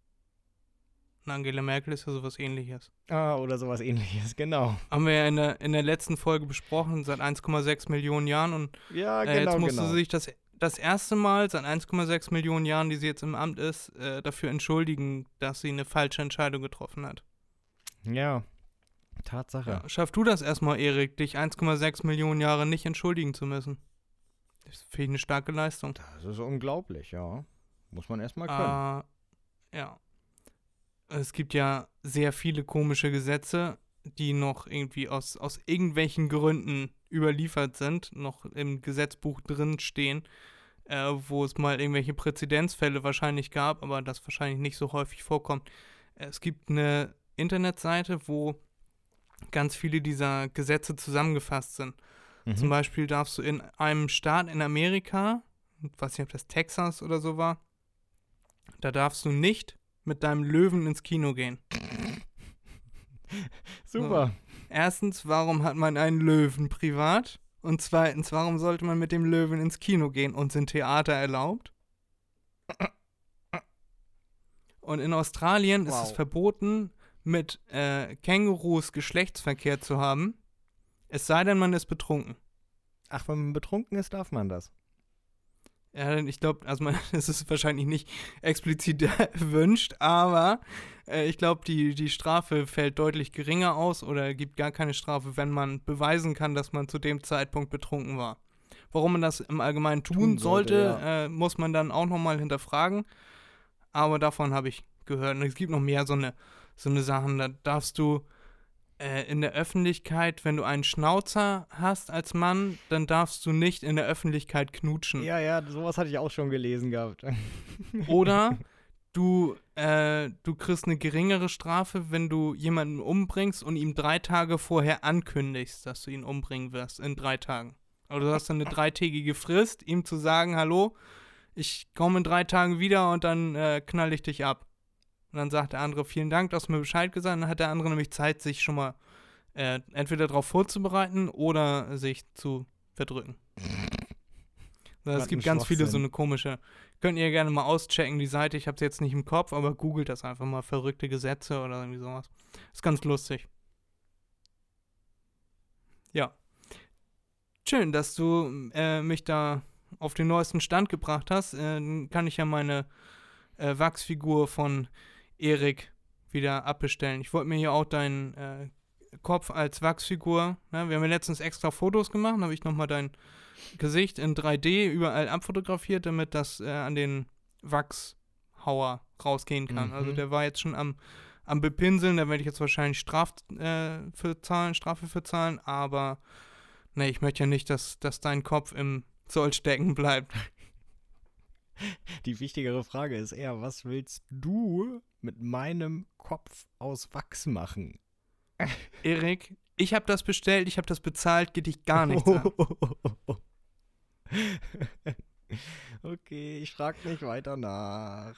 Und Angela Merkel ist ja sowas ähnliches. Ah, oder sowas ähnliches, genau. Haben wir ja in der, in der letzten Folge besprochen, seit eins Komma sechs Millionen Jahren und Ja, äh, genau, jetzt musste genau. sie sich das, das erste Mal seit eins Komma sechs Millionen Jahren, die sie jetzt im Amt ist, äh, dafür entschuldigen, dass sie eine falsche Entscheidung getroffen hat. Ja, Tatsache. Ja. Schaff du das erstmal, Erik, dich eins Komma sechs Millionen Jahre nicht entschuldigen zu müssen. Das finde ich eine starke Leistung. Das ist unglaublich, ja. Muss man erstmal können. Äh, ja. Es gibt ja sehr viele komische Gesetze, die noch irgendwie aus, aus irgendwelchen Gründen überliefert sind, noch im Gesetzbuch drin stehen, äh, wo es mal irgendwelche Präzedenzfälle wahrscheinlich gab, aber das wahrscheinlich nicht so häufig vorkommt. Es gibt eine Internetseite, wo ganz viele dieser Gesetze zusammengefasst sind. Mhm. Zum Beispiel darfst du in einem Staat in Amerika, ich weiß nicht, ob das Texas oder so war, da darfst du nicht mit deinem Löwen ins Kino gehen. Super. Erstens, warum hat man einen Löwen privat? Und zweitens, warum sollte man mit dem Löwen ins Kino gehen? Und sind Theater erlaubt? Und in Australien ist es Wow. verboten, mit äh, Kängurus Geschlechtsverkehr zu haben, es sei denn, man ist betrunken. Ach, wenn man betrunken ist, darf man das. Ja, ich glaube, also man, es ist wahrscheinlich nicht explizit erwünscht, aber äh, ich glaube, die, die Strafe fällt deutlich geringer aus oder gibt gar keine Strafe, wenn man beweisen kann, dass man zu dem Zeitpunkt betrunken war. Warum man das im Allgemeinen tun, Tun sollte, sollte, äh, muss man dann auch nochmal hinterfragen. Aber davon habe ich gehört. Und es gibt noch mehr so eine, so eine Sachen, da darfst du äh, in der Öffentlichkeit, wenn du einen Schnauzer hast als Mann, dann darfst du nicht in der Öffentlichkeit knutschen. Ja, ja, sowas hatte ich auch schon gelesen gehabt. Oder du, äh, du kriegst eine geringere Strafe, wenn du jemanden umbringst und ihm drei Tage vorher ankündigst, dass du ihn umbringen wirst, in drei Tagen. Also du hast dann eine dreitägige Frist, ihm zu sagen, hallo, ich komme in drei Tagen wieder und dann äh, knall ich dich ab. Und dann sagt der andere, vielen Dank, du hast mir Bescheid gesagt. Und dann hat der andere nämlich Zeit, sich schon mal äh, entweder darauf vorzubereiten oder sich zu verdrücken. Es Was gibt ein ganz viele so Schwachsinn. eine komische, könnt ihr gerne mal auschecken, die Seite, ich habe sie jetzt nicht im Kopf, aber googelt das einfach mal, verrückte Gesetze oder irgendwie sowas. Ist ganz lustig. Ja. Schön, dass du äh, mich da auf den neuesten Stand gebracht hast. Äh, dann kann ich ja meine äh, Wachsfigur von Erik wieder abbestellen. Ich wollte mir hier auch deinen äh, Kopf als Wachsfigur, ne? Wir haben ja letztens extra Fotos gemacht, habe ich nochmal dein Gesicht in drei D überall abfotografiert, damit das äh, an den Wachshauer rausgehen kann. Mhm. Also der war jetzt schon am, am Bepinseln, da werde ich jetzt wahrscheinlich Straf, äh, für zahlen, Strafe für zahlen, aber ne, ich möchte ja nicht, dass, dass dein Kopf im Zoll stecken bleibt. Die wichtigere Frage ist eher, was willst du mit meinem Kopf aus Wachs machen? Erik, ich habe das bestellt, ich habe das bezahlt, geht dich gar nichts an. Okay, ich frag nicht weiter nach.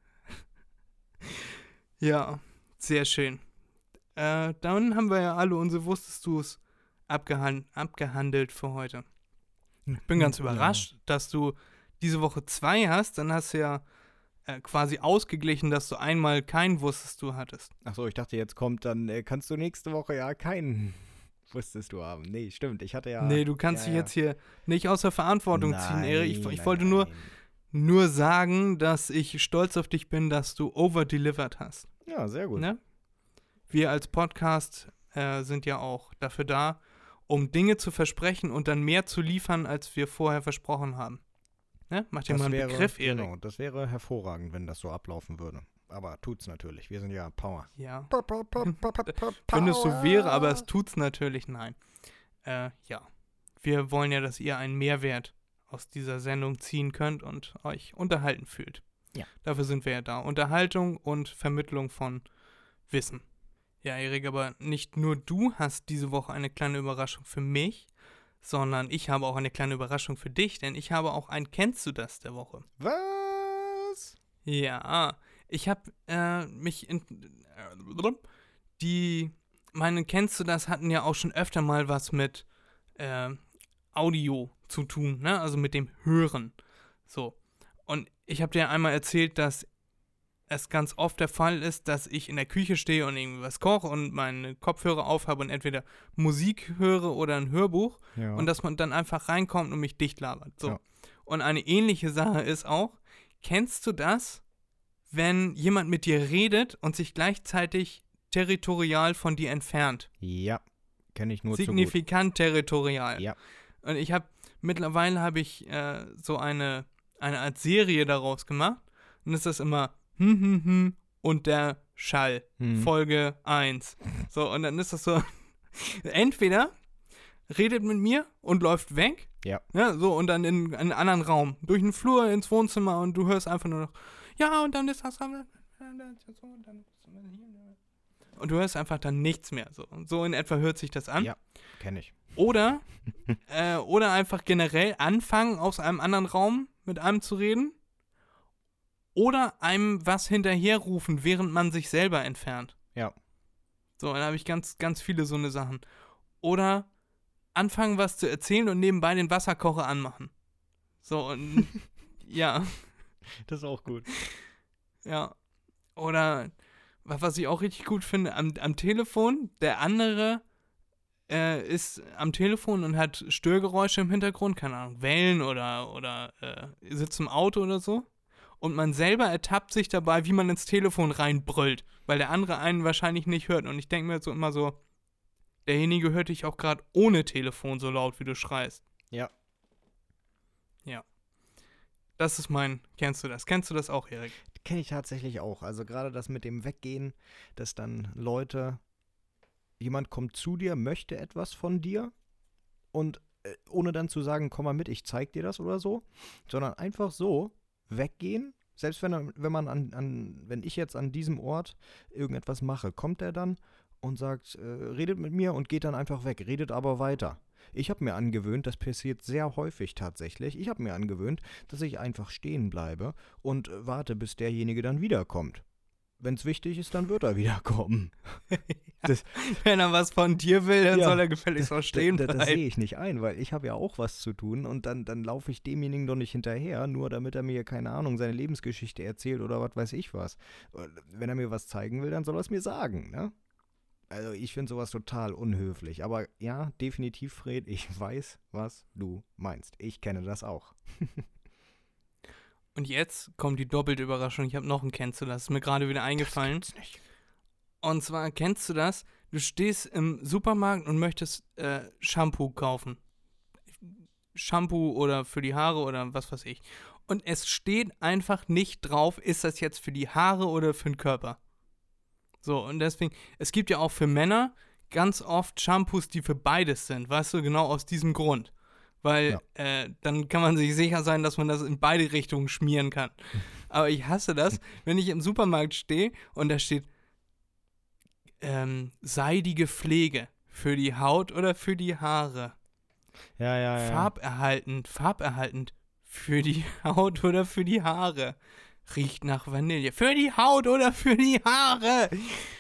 Ja, sehr schön. Äh, dann haben wir ja alle unsere Wusstest du's abgehan abgehandelt für heute. Ich bin ganz überrascht, dass du diese Woche zwei hast. Dann hast du ja äh, quasi ausgeglichen, dass du einmal keinen Wusstest du hattest. Achso, ich dachte, jetzt kommt dann, äh, kannst du nächste Woche ja keinen Wusstest du haben. Nee, stimmt, ich hatte ja... Nee, du kannst ja, dich ja. jetzt hier nicht aus der Verantwortung Nein, ziehen, Erik. Ich, ich nein, wollte nein. nur, nur sagen, dass ich stolz auf dich bin, dass du overdelivered hast. Ja, sehr gut. Ne? Wir als Podcast äh, sind ja auch dafür da, um Dinge zu versprechen und dann mehr zu liefern, als wir vorher versprochen haben. Ne? Mach dir Das mal einen wäre, Begriff, Erik. Genau, das wäre hervorragend, wenn das so ablaufen würde. Aber tut's natürlich. Wir sind ja Power. Ja. Power. Wenn es so wäre, aber es tut's natürlich, nein. Äh, ja. Wir wollen ja, dass ihr einen Mehrwert aus dieser Sendung ziehen könnt und euch unterhalten fühlt. Ja. Dafür sind wir ja da. Unterhaltung und Vermittlung von Wissen. Ja, Erik, aber nicht nur du hast diese Woche eine kleine Überraschung für mich, sondern ich habe auch eine kleine Überraschung für dich, denn ich habe auch ein Kennst du das der Woche. Was? Ja, ich habe äh, mich in äh, die meine Kennst du das hatten ja auch schon öfter mal was mit äh, Audio zu tun, ne? Also mit dem Hören. So. Und ich habe dir einmal erzählt, dass es ganz oft der Fall ist, dass ich in der Küche stehe und irgendwie was koche und meine Kopfhörer aufhabe und entweder Musik höre oder ein Hörbuch Ja. und dass man dann einfach reinkommt und mich dicht labert. So. Ja. Und eine ähnliche Sache ist auch, kennst du das, wenn jemand mit dir redet und sich gleichzeitig territorial von dir entfernt? Ja, kenne ich nur zu gut. Signifikant territorial. Ja. Und ich habe, mittlerweile habe ich äh, so eine, eine Art Serie daraus gemacht und ist das immer hm, hm, hm und der Schall, Hm. Folge eins. So, und dann ist das so, entweder redet mit mir und läuft weg, Ja. ja, so, und dann in, in einen anderen Raum, durch den Flur ins Wohnzimmer und du hörst einfach nur noch, ja, und dann ist das, und du hörst einfach dann nichts mehr, so. Und so in etwa hört sich das an. Ja, kenne ich. Oder, äh, oder einfach generell anfangen, aus einem anderen Raum mit einem zu reden. Oder einem was hinterherrufen, während man sich selber entfernt. Ja. So, dann habe ich ganz, ganz viele so eine Sachen. Oder anfangen, was zu erzählen und nebenbei den Wasserkocher anmachen. So, und ja, Das ist auch gut. ja. Oder wa- was ich auch richtig gut finde, am, am Telefon, der andere äh, ist am Telefon und hat Störgeräusche im Hintergrund, keine Ahnung, Wellen oder, oder äh, sitzt im Auto oder so. Und man selber ertappt sich dabei, wie man ins Telefon reinbrüllt, weil der andere einen wahrscheinlich nicht hört. Und ich denke mir so immer so, derjenige hört dich auch gerade ohne Telefon so laut, wie du schreist. Ja. Ja. Das ist mein, kennst du das? Kennst du das auch, Erik? Kenne ich tatsächlich auch. Also gerade das mit dem Weggehen, dass dann Leute, jemand kommt zu dir, möchte etwas von dir und äh, ohne dann zu sagen, komm mal mit, ich zeig dir das oder so, sondern einfach so weggehen. Selbst wenn, er- wenn man an, an, wenn ich jetzt an diesem Ort irgendetwas mache, kommt er dann und sagt, äh, redet mit mir und geht dann einfach weg, redet aber weiter. Ich habe mir angewöhnt, das passiert sehr häufig tatsächlich, ich habe mir angewöhnt, dass ich einfach stehen bleibe und äh, warte, bis derjenige dann wiederkommt. Wenn es wichtig ist, dann wird er wiederkommen. Das, Wenn er was von dir will, dann Ja, soll er gefälligst auch stehen da, da, das bleiben. sehe ich nicht ein, weil ich habe ja auch was zu tun und dann, dann laufe ich demjenigen doch nicht hinterher, nur damit er mir, keine Ahnung, seine Lebensgeschichte erzählt oder was weiß ich was. Und wenn er mir was zeigen will, dann soll er es mir sagen, ne? Also ich finde sowas total unhöflich. Aber ja, definitiv, Fred, ich weiß, was du meinst. Ich kenne das auch. Und jetzt kommt die doppelte Überraschung. Ich habe noch einen Kennst du das? Ist mir gerade wieder eingefallen. Das gibt's nicht. Und zwar, kennst du das? Du stehst im Supermarkt und möchtest äh, Shampoo kaufen. Shampoo oder für die Haare oder was weiß ich. Und es steht einfach nicht drauf, ist das jetzt für die Haare oder für den Körper. So, und deswegen, es gibt ja auch für Männer ganz oft Shampoos, die für beides sind, weißt du, genau aus diesem Grund. Weil Ja. äh, dann kann man sich sicher sein, dass man das in beide Richtungen schmieren kann. Aber ich hasse das, wenn ich im Supermarkt stehe und da steht ähm, seidige Pflege für die Haut oder für die Haare. Ja, ja, ja. Farberhaltend, farberhaltend für die Haut oder für die Haare. Riecht nach Vanille. Für die Haut oder für die Haare.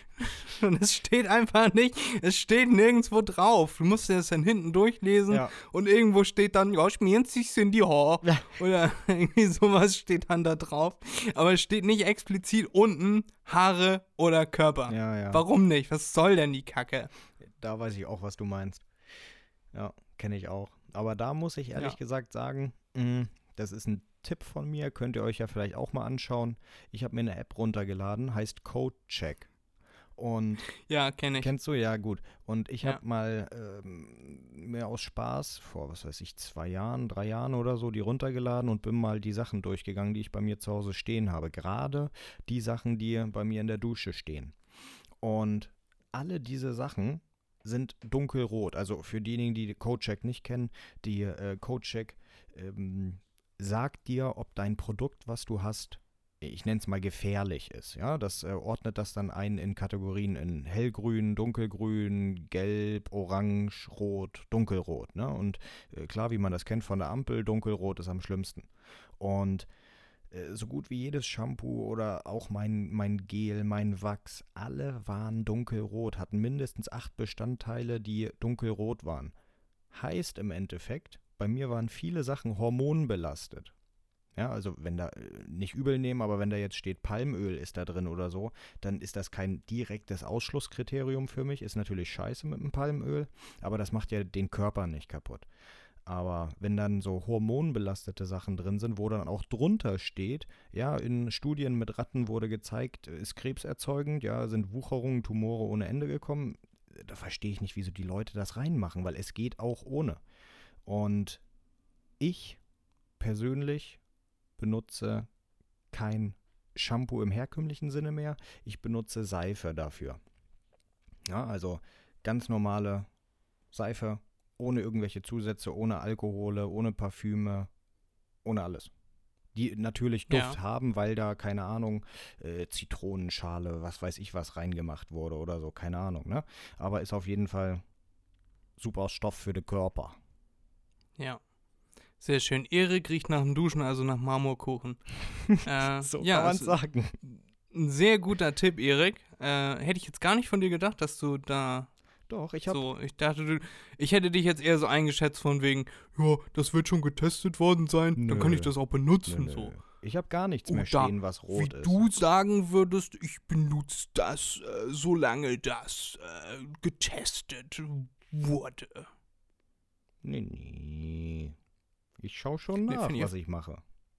Und es steht einfach nicht, es steht nirgendwo drauf. Du musst dir das dann hinten durchlesen Ja. und irgendwo steht dann, ja, schmieren sich in die Haare. Ja. Oder irgendwie sowas steht dann da drauf. Aber es steht nicht explizit unten Haare oder Körper. Ja, ja. Warum nicht? Was soll denn die Kacke? Da weiß ich auch, was du meinst. Ja, kenne ich auch. Aber da muss ich ehrlich Ja. gesagt sagen, mh, das ist ein Tipp von mir, könnt ihr euch ja vielleicht auch mal anschauen. Ich habe mir eine App runtergeladen, heißt CodeCheck. Und Ja, kenne ich. kennst du? Ja, gut. Und ich Ja. habe mal ähm, mir aus Spaß vor, was weiß ich, zwei Jahren, drei Jahren oder so, die runtergeladen und bin mal die Sachen durchgegangen, die ich bei mir zu Hause stehen habe. Gerade die Sachen, die bei mir in der Dusche stehen. Und alle diese Sachen sind dunkelrot. Also für diejenigen, die CodeCheck nicht kennen, die äh, CodeCheck ähm, sagt dir, ob dein Produkt, was du hast, ich nenne es mal gefährlich ist. Ja, das äh, ordnet das dann ein in Kategorien in hellgrün, dunkelgrün, gelb, orange, rot, dunkelrot. Ne? Und äh, klar, wie man das kennt von der Ampel, dunkelrot ist am schlimmsten. Und äh, so gut wie jedes Shampoo oder auch mein, mein Gel, mein Wachs, alle waren dunkelrot, hatten mindestens acht Bestandteile, die dunkelrot waren. Heißt im Endeffekt, bei mir waren viele Sachen hormonbelastet. Ja, also wenn da, nicht übel nehmen, aber wenn da jetzt steht Palmöl ist da drin oder so, dann ist das kein direktes Ausschlusskriterium für mich. Ist natürlich scheiße mit dem Palmöl, aber das macht ja den Körper nicht kaputt. Aber wenn dann so hormonbelastete Sachen drin sind, wo dann auch drunter steht, ja, in Studien mit Ratten wurde gezeigt, ist krebserzeugend, ja, sind Wucherungen, Tumore ohne Ende gekommen, da verstehe ich nicht, wieso die Leute das reinmachen, weil es geht auch ohne. Und ich persönlich benutze kein Shampoo im herkömmlichen Sinne mehr. Ich benutze Seife dafür. Ja, also ganz normale Seife, ohne irgendwelche Zusätze, ohne Alkohole, ohne Parfüme, ohne alles. Die natürlich Duft Ja. haben, weil da, keine Ahnung, äh, Zitronenschale, was weiß ich was reingemacht wurde oder so, keine Ahnung, ne? Aber ist auf jeden Fall super Stoff für den Körper. Ja. Sehr schön. Erik riecht nach dem Duschen, also nach Marmorkuchen. äh, So ja, kann man es- sagen. Ein sehr guter Tipp, Erik. Äh, hätte ich jetzt gar nicht von dir gedacht, dass du da Doch, ich habe so, ich dachte, du, ich hätte dich jetzt eher so eingeschätzt von wegen, ja, das wird schon getestet worden sein, dann kann Nö. ich das auch benutzen, Nö, nö. so. Ich habe gar nichts Oh, mehr da- stehen, was rot Wie ist. du sagen würdest, ich benutze das, äh, solange das äh, getestet wurde. Nee, nee. Ich schaue schon Nee, nach, find ich- was ich mache.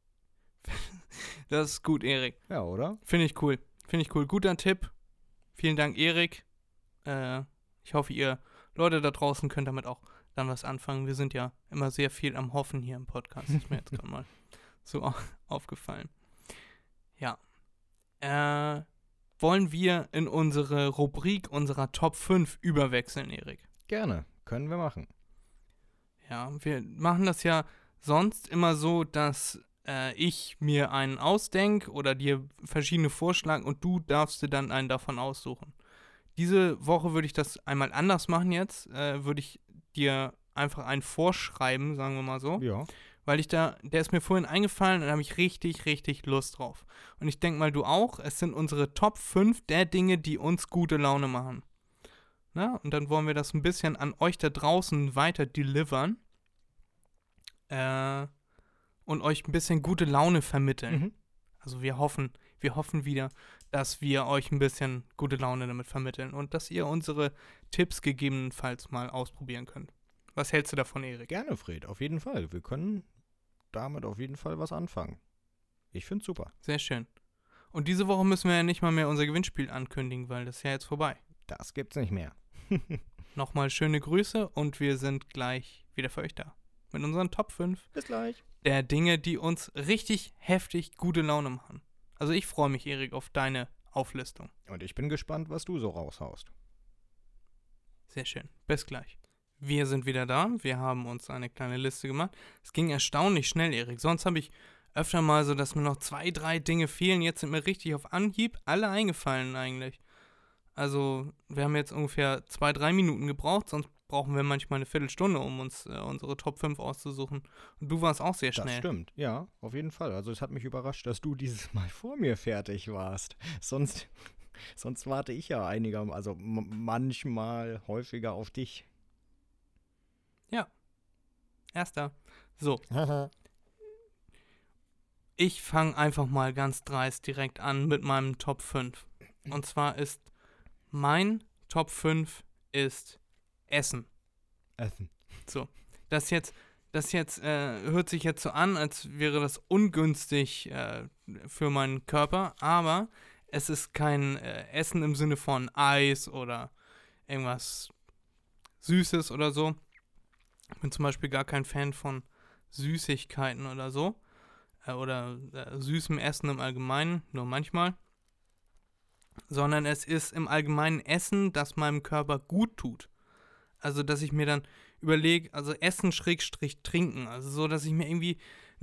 Das ist gut, Erik. Ja, oder? Finde ich cool. Finde ich cool. Guter Tipp. Vielen Dank, Erik. Äh, ich hoffe, ihr Leute da draußen könnt damit auch dann was anfangen. Wir sind ja immer sehr viel am Hoffen hier im Podcast. Ist mir jetzt gerade mal so au- aufgefallen. Ja. Äh, wollen wir in unsere Rubrik unserer Top fünf überwechseln, Erik? Gerne. Können wir machen. Ja, wir machen das ja sonst immer so, dass äh, ich mir einen ausdenke oder dir verschiedene vorschlagen und du darfst dir dann einen davon aussuchen. Diese Woche würde ich das einmal anders machen jetzt. Äh, würde ich dir einfach einen vorschreiben, sagen wir mal so. Ja. Weil ich da, der ist mir vorhin eingefallen und da habe ich richtig, richtig Lust drauf. Und ich denke mal, du auch. Es sind unsere Top fünf der Dinge, die uns gute Laune machen. Na, und dann wollen wir das ein bisschen an euch da draußen weiter delivern. Äh, und euch ein bisschen gute Laune vermitteln. Mhm. Also wir hoffen, wir hoffen wieder, dass wir euch ein bisschen gute Laune damit vermitteln und dass ihr unsere Tipps gegebenenfalls mal ausprobieren könnt. Was hältst du davon, Erik? Gerne, Fred, auf jeden Fall. Wir können damit auf jeden Fall was anfangen. Ich find's super. Sehr schön. Und diese Woche müssen wir ja nicht mal mehr unser Gewinnspiel ankündigen, weil das ist ja jetzt vorbei. Das gibt's nicht mehr. Nochmal schöne Grüße und wir sind gleich wieder für euch da. Mit unseren Top fünf Bis gleich. der Dinge, die uns richtig heftig gute Laune machen. Also ich freue mich, Erik, auf deine Auflistung. Und ich bin gespannt, was du so raushaust. Sehr schön. Bis gleich. Wir sind wieder da. Wir haben uns eine kleine Liste gemacht. Es ging erstaunlich schnell, Erik. Sonst habe ich öfter mal so, dass mir noch zwei, drei Dinge fehlen. Jetzt sind mir richtig auf Anhieb alle eingefallen eigentlich. Also wir haben jetzt ungefähr zwei, drei Minuten gebraucht. Sonst brauchen wir manchmal eine Viertelstunde, um uns äh, unsere Top fünf auszusuchen. Und du warst auch sehr schnell. Das stimmt, ja, auf jeden Fall. Also es hat mich überrascht, dass du dieses Mal vor mir fertig warst. Sonst, sonst warte ich ja einiger, also m- manchmal häufiger auf dich. Erster. So. Ich fange einfach mal ganz dreist direkt an mit meinem Top fünf. Und zwar ist mein Top fünf ist Essen. Essen. So. Das jetzt, das jetzt äh, hört sich jetzt so an, als wäre das ungünstig äh, für meinen Körper, aber es ist kein äh, Essen im Sinne von Eis oder irgendwas Süßes oder so. Ich bin zum Beispiel gar kein Fan von Süßigkeiten oder so. Äh, oder äh, süßem Essen im Allgemeinen, nur manchmal. Sondern es ist im Allgemeinen Essen, das meinem Körper gut tut. Also, dass ich mir dann überlege, also Essen Schrägstrich trinken. Also so, dass ich mir irgendwie ein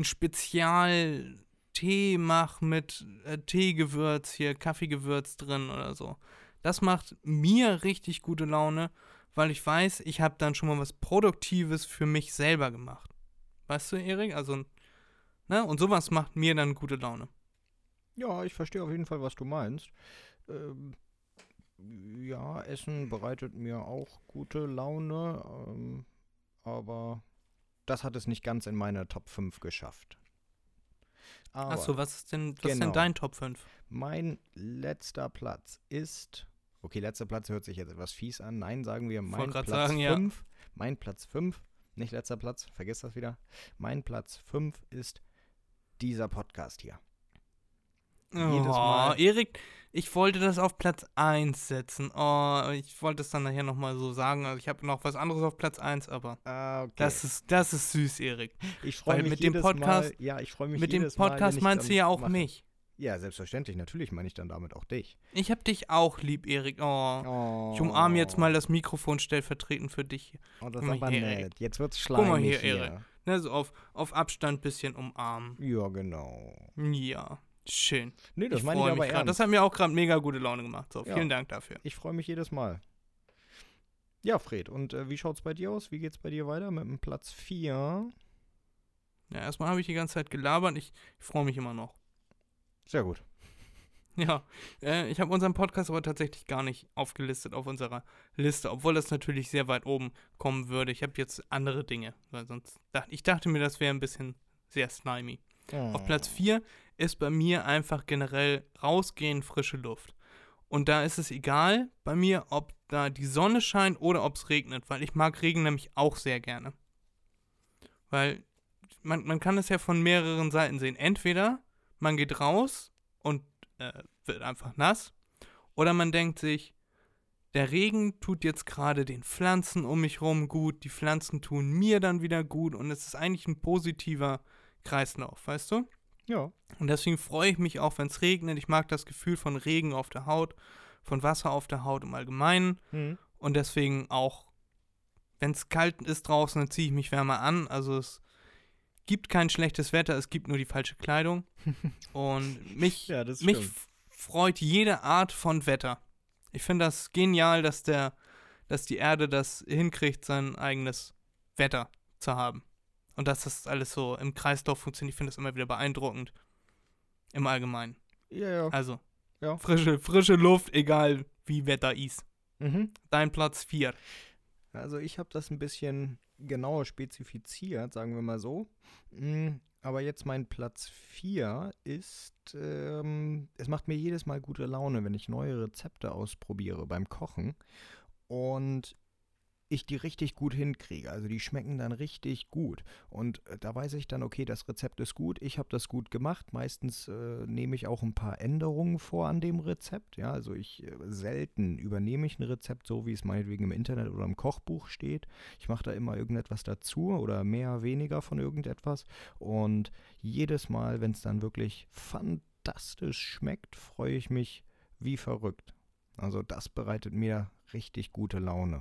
Spezial-Tee mache mit äh, Teegewürz, hier Kaffeegewürz drin oder so. Das macht mir richtig gute Laune, weil ich weiß, ich habe dann schon mal was Produktives für mich selber gemacht. Weißt du, Erik? Also, ne? Und sowas macht mir dann gute Laune. Ja, ich verstehe auf jeden Fall, was du meinst. Ähm, ja, Essen bereitet mir auch gute Laune, ähm, aber das hat es nicht ganz in meine Top fünf geschafft. Aber Achso, was ist denn, was ist genau. denn dein Top fünf? Mein letzter Platz ist, okay, letzter Platz hört sich jetzt etwas fies an. Nein, sagen wir mein Wollt grad Platz sagen, ja. fünf. Mein Platz fünf, nicht letzter Platz, vergiss das wieder. Mein Platz fünf ist dieser Podcast hier. Jedes Oh, Mal. Erik, ich wollte das auf Platz eins setzen. Oh, ich wollte es dann nachher nochmal so sagen. Also ich habe noch was anderes auf Platz eins, aber Ah, okay. das ist, das ist süß, Erik. ich freue weil mich mit dem jedes Podcast- Mal. Ja, ich freue mich Mit dem jedes Mal, Podcast wenn ich meinst dann du ja auch mache. mich. Ja, selbstverständlich. Natürlich meine ich dann damit auch dich. Ich hab dich auch lieb, Erik. Oh, Oh. ich umarme jetzt mal das Mikrofon stellvertretend für dich. Oh, das Guck ist mal aber hier, nett. Erik. Jetzt wird's Guck mal schleimig hier, hier. Erik. Ne, so auf, auf Abstand bisschen umarmen. Ja, genau. Ja, schön. Nee, das ich meine ich freue aber mich grad. ernst. Das hat mir auch gerade mega gute Laune gemacht. So, Ja. vielen Dank dafür. Ich freue mich jedes Mal. Ja, Fred, und äh, wie schaut's bei dir aus? Wie geht's bei dir weiter mit dem Platz vier? Ja, erstmal habe ich die ganze Zeit gelabert. Ich, ich freue mich immer noch. Sehr gut. Ja, äh, ich habe unseren Podcast aber tatsächlich gar nicht aufgelistet auf unserer Liste, obwohl das natürlich sehr weit oben kommen würde. Ich habe jetzt andere Dinge, weil sonst dachte ich dachte mir, das wäre ein bisschen sehr slimy. Oh. Auf Platz vier ist bei mir einfach generell rausgehen, frische Luft. Und da ist es egal bei mir, ob da die Sonne scheint oder ob es regnet, weil ich mag Regen nämlich auch sehr gerne. Weil man, man kann es ja von mehreren Seiten sehen. Entweder man geht raus und äh, wird einfach nass, oder man denkt sich, der Regen tut jetzt gerade den Pflanzen um mich rum gut, die Pflanzen tun mir dann wieder gut und es ist eigentlich ein positiver Kreislauf, weißt du? Ja. Und deswegen freue ich mich auch, wenn es regnet. Ich mag das Gefühl von Regen auf der Haut, von Wasser auf der Haut im Allgemeinen. Hm. Und deswegen auch, wenn es kalt ist draußen, dann ziehe ich mich wärmer an. Also es gibt kein schlechtes Wetter, es gibt nur die falsche Kleidung. Und mich, Ja, das mich stimmt. f- freut jede Art von Wetter. Ich finde das genial, dass der, dass die Erde das hinkriegt, sein eigenes Wetter zu haben. Und dass das alles so im Kreislauf funktioniert. Ich finde das immer wieder beeindruckend. Im Allgemeinen. Ja, ja. Also, Ja. frische, frische Luft, egal wie Wetter ist. Mhm. Dein Platz vier. Also ich habe das ein bisschen genauer spezifiziert, sagen wir mal so. Mm, Aber jetzt mein Platz vier ist, ähm, es macht mir jedes Mal gute Laune, wenn ich neue Rezepte ausprobiere beim Kochen und ich die richtig gut hinkriege. Also die schmecken dann richtig gut. Und äh, da weiß ich dann, okay, das Rezept ist gut, ich habe das gut gemacht. Meistens äh, nehme ich auch ein paar Änderungen vor an dem Rezept. Ja, also ich äh, selten übernehme ich ein Rezept so, wie es meinetwegen im Internet oder im Kochbuch steht. Ich mache da immer irgendetwas dazu oder mehr, weniger von irgendetwas. Und jedes Mal, wenn es dann wirklich fantastisch schmeckt, freue ich mich wie verrückt. Also das bereitet mir richtig gute Laune.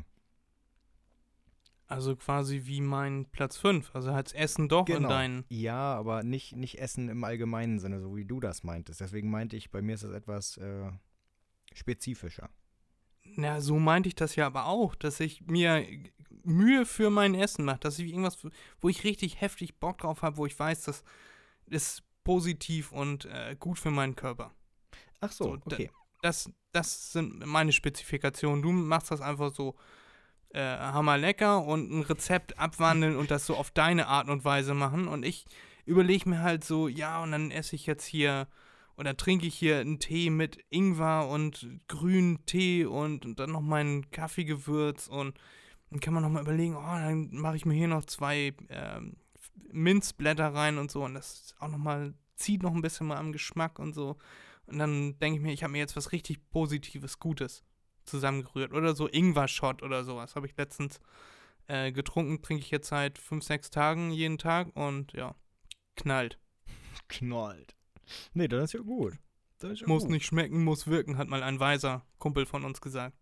Also quasi wie mein Platz fünf. Also hat's Essen doch in Genau. deinen. Ja, aber nicht, nicht Essen im allgemeinen Sinne, so wie du das meintest. Deswegen meinte ich, bei mir ist das etwas äh, spezifischer. Na, so meinte ich das ja aber auch, dass ich mir Mühe für mein Essen mache. Dass ich irgendwas, wo ich richtig heftig Bock drauf habe, wo ich weiß, das ist positiv und äh, gut für meinen Körper. Ach so, So, da- okay. Das, das sind meine Spezifikationen. Du machst das einfach so äh, hammerlecker und ein Rezept abwandeln und das so auf deine Art und Weise machen. Und ich überlege mir halt so, ja, und dann esse ich jetzt hier oder trinke ich hier einen Tee mit Ingwer und grünen Tee und, und dann noch mein Kaffeegewürz und dann kann man noch mal überlegen, oh, dann mache ich mir hier noch zwei ähm, Minzblätter rein und so und das ist auch noch mal, zieht noch ein bisschen mal am Geschmack und so. Und dann denke ich mir, ich habe mir jetzt was richtig Positives, Gutes zusammengerührt. Oder so Ingwer-Shot oder sowas. Habe ich letztens äh, getrunken, trinke ich jetzt seit fünf, sechs Tagen jeden Tag und ja, knallt. Knallt. Nee, das ist ja gut. Das ist ja Muss gut. nicht schmecken, muss wirken, hat mal ein weiser Kumpel von uns gesagt.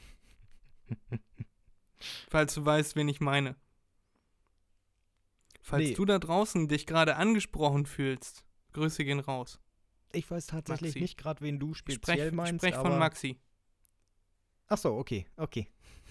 Falls du weißt, wen ich meine. Falls Nee. du da draußen dich gerade angesprochen fühlst, Grüße gehen raus. Ich weiß tatsächlich Maxi. nicht gerade, wen du Ich speziell sprech, meinst, sprech aber... von Maxi. Ach so, okay, okay.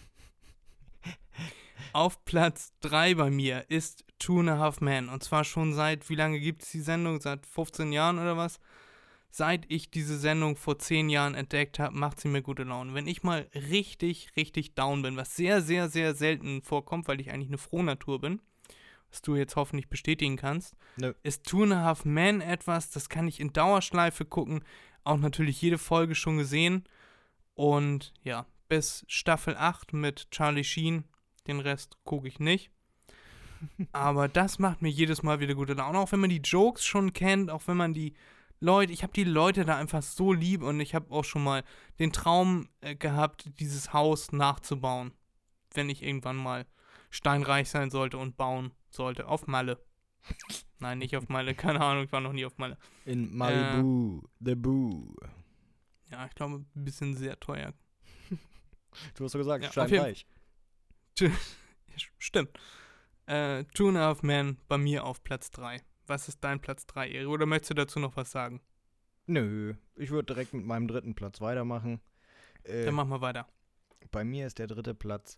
Auf Platz drei bei mir ist Two and a Half Men. Und zwar schon seit, wie lange gibt es die Sendung? Seit fünfzehn Jahren oder was? Seit ich diese Sendung vor zehn Jahren entdeckt habe, macht sie mir gute Laune. Wenn ich mal richtig, richtig down bin, was sehr, sehr, sehr selten vorkommt, weil ich eigentlich eine Frohnatur bin, was du jetzt hoffentlich bestätigen kannst, Nö. ist Two and a Half Men etwas, das kann ich in Dauerschleife gucken. Auch natürlich jede Folge schon gesehen. Und ja, bis Staffel acht mit Charlie Sheen. Den Rest gucke ich nicht. Aber das macht mir jedes Mal wieder gute Laune. Auch wenn man die Jokes schon kennt, auch wenn man die Leute, ich habe die Leute da einfach so lieb und ich habe auch schon mal den Traum äh, gehabt, dieses Haus nachzubauen. Wenn ich irgendwann mal steinreich sein sollte und bauen sollte. Auf Malle. Nein, nicht auf Malle. Keine Ahnung, ich war noch nie auf Malle. In Malibu, The Boo. Ja, ich glaube, ein bisschen sehr teuer. Du hast doch gesagt, Ja, auf steinreich. Stimmt. Äh, Two and a Half Men bei mir auf Platz drei. Was ist dein Platz drei, Eri? Oder möchtest du dazu noch was sagen? Nö, ich würde direkt mit meinem dritten Platz weitermachen. Äh, Dann machen wir weiter. Bei mir ist der dritte Platz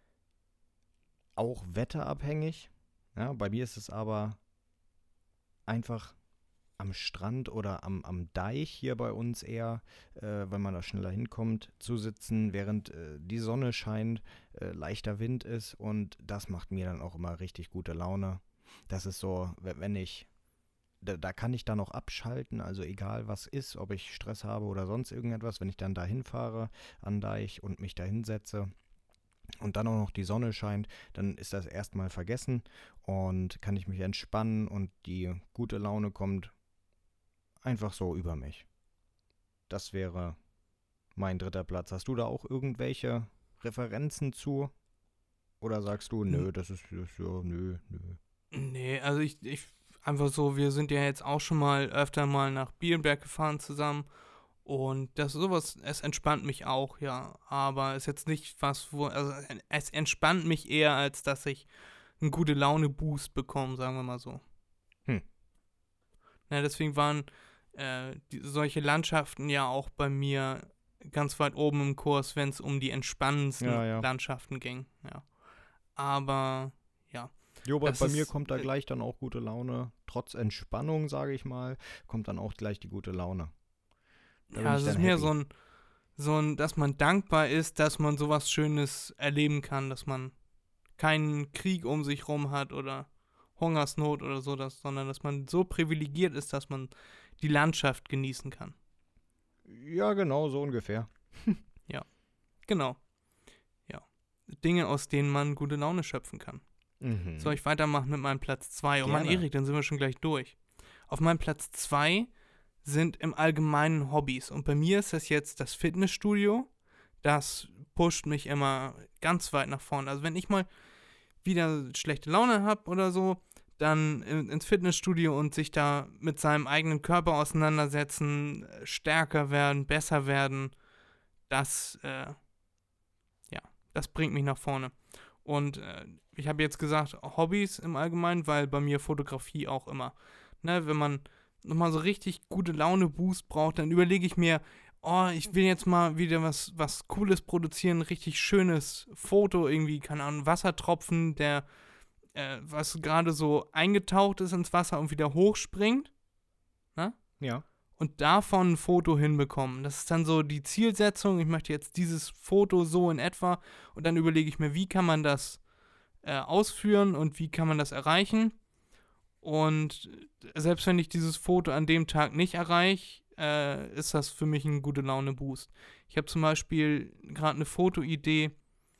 auch wetterabhängig. Ja, bei mir ist es aber einfach am Strand oder am, am Deich hier bei uns eher, äh, wenn man da schneller hinkommt, zu sitzen, während äh, die Sonne scheint, äh, leichter Wind ist und das macht mir dann auch immer richtig gute Laune. Das ist so, wenn ich, da, da kann ich dann auch abschalten, also egal was ist, ob ich Stress habe oder sonst irgendetwas, wenn ich dann da hinfahre an Deich und mich da hinsetze und dann auch noch die Sonne scheint, dann ist das erstmal vergessen und kann ich mich entspannen und die gute Laune kommt einfach so über mich. Das wäre mein dritter Platz. Hast du da auch irgendwelche Referenzen zu? Oder sagst du, nö, das ist, das ist ja, nö, nö. Nee, also ich, ich, einfach so, wir sind ja jetzt auch schon mal öfter mal nach Bielenberg gefahren zusammen und das sowas, es entspannt mich auch, ja, aber es ist jetzt nicht was, wo, also es entspannt mich eher, als dass ich einen gute Laune-Boost bekomme, sagen wir mal so. Hm. Na, deswegen waren äh, die, solche Landschaften ja auch bei mir ganz weit oben im Kurs, wenn es um die entspannendsten Ja, ja. Landschaften ging, ja. Aber, ja. Jo, aber Das bei mir ist, kommt da äh, gleich dann auch gute Laune. Trotz Entspannung, sage ich mal, kommt dann auch gleich die gute Laune. Da bin Ja, ich es dann ist mehr happy. so ein, so ein, dass man dankbar ist, dass man sowas Schönes erleben kann, dass man keinen Krieg um sich rum hat oder Hungersnot oder so, dass, sondern dass man so privilegiert ist, dass man die Landschaft genießen kann. Ja, genau, so ungefähr. Genau. Ja. Dinge, aus denen man gute Laune schöpfen kann. Mhm. Soll ich weitermachen mit meinem Platz zwei? Oh Mann, Gerne. Erik, dann sind wir schon gleich durch. Auf meinem Platz zwei sind im Allgemeinen Hobbys. Und bei mir ist das jetzt das Fitnessstudio. Das pusht mich immer ganz weit nach vorne. Also wenn ich mal wieder schlechte Laune habe oder so, dann in, ins Fitnessstudio und sich da mit seinem eigenen Körper auseinandersetzen, stärker werden, besser werden, das, äh, ja, das bringt mich nach vorne. Und äh, ich habe jetzt gesagt, Hobbys im Allgemeinen, weil bei mir Fotografie auch immer, ne, wenn man nochmal so richtig gute Laune-Boost braucht, dann überlege ich mir, oh, ich will jetzt mal wieder was, was Cooles produzieren, richtig schönes Foto, irgendwie, keine Ahnung, Wassertropfen, der, äh, was gerade so eingetaucht ist ins Wasser und wieder hochspringt, ne? Ja. Und davon ein Foto hinbekommen. Das ist dann so die Zielsetzung, ich möchte jetzt dieses Foto so in etwa und dann überlege ich mir, wie kann man das äh, ausführen und wie kann man das erreichen. Und selbst wenn ich dieses Foto an dem Tag nicht erreiche, äh, ist das für mich ein gute Laune-Boost. Ich habe zum Beispiel gerade eine Fotoidee,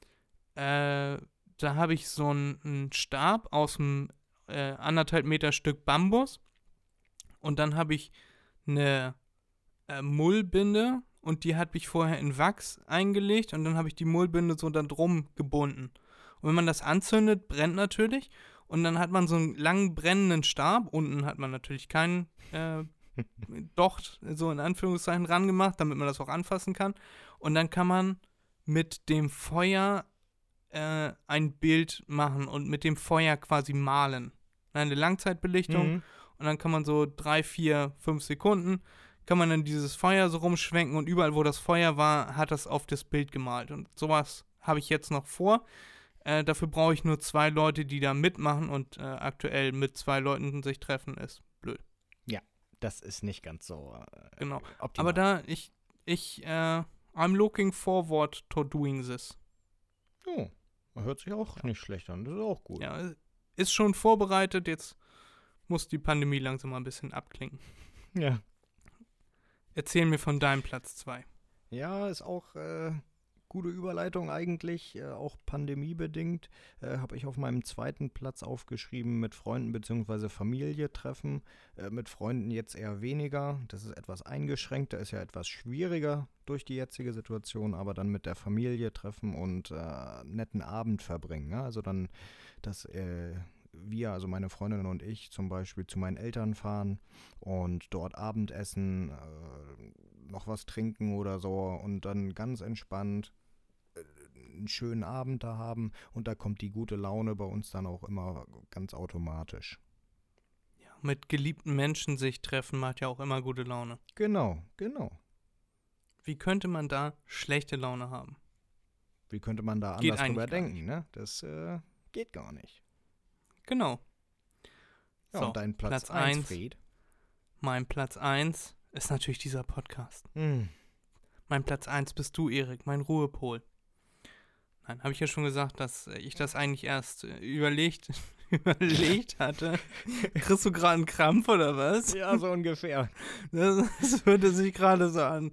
äh, da habe ich so einen, einen Stab aus einem äh, anderthalb Meter Stück Bambus und dann habe ich eine äh, Mullbinde und die habe ich vorher in Wachs eingelegt und dann habe ich die Mullbinde so da drum gebunden. Und wenn man das anzündet, brennt natürlich und dann hat man so einen langen brennenden Stab. Unten hat man natürlich keinen äh, Docht, so in Anführungszeichen, ran gemacht, damit man das auch anfassen kann. Und dann kann man mit dem Feuer äh, ein Bild machen und mit dem Feuer quasi malen. Eine Langzeitbelichtung. Mhm. Und dann kann man so drei, vier, fünf Sekunden, kann man dann dieses Feuer so rumschwenken und überall, wo das Feuer war, hat das auf das Bild gemalt. Und sowas habe ich jetzt noch vor. Äh, dafür brauche ich nur zwei Leute, die da mitmachen und äh, aktuell mit zwei Leuten sich treffen, ist blöd. Das ist nicht ganz so äh, Genau. optimal. Aber da, ich, ich, äh, I'm looking forward to doing this. Oh, hört sich auch nicht schlecht an. Das ist auch gut. Ja, ist schon vorbereitet, jetzt muss die Pandemie langsam mal ein bisschen abklingen. Ja. Erzähl mir von deinem Platz zwei. Ja, ist auch äh, gute Überleitung eigentlich, äh, auch pandemiebedingt. Äh, habe ich auf meinem zweiten Platz aufgeschrieben, mit Freunden bzw. Familie treffen. Äh, mit Freunden jetzt eher weniger. Das ist etwas eingeschränkter, ist ja etwas schwieriger durch die jetzige Situation, aber dann mit der Familie treffen und äh, einen netten Abend verbringen. Ja? Also dann, dass äh, wir, also meine Freundin und ich, zum Beispiel zu meinen Eltern fahren und dort Abendessen, äh, noch was trinken oder so und dann ganz entspannt äh, einen schönen Abend da haben und da kommt die gute Laune bei uns dann auch immer ganz automatisch. Ja, mit geliebten Menschen sich treffen macht ja auch immer gute Laune. Genau, genau. Wie könnte man da schlechte Laune haben? Wie könnte man da Geht anders drüber eigentlich gar denken, ne? Das äh, geht gar nicht. Genau. Ja, So, und dein Platz Platz eins, eins. Fried? Mein Platz eins ist natürlich dieser Podcast. Hm. Mein Platz eins bist du, Erik, mein Ruhepol. Nein, habe ich ja schon gesagt, dass ich das eigentlich erst äh, überlegt, überlegt hatte. Kriegst du gerade einen Krampf oder was? Ja, so ungefähr. Das, das hörte sich gerade so an.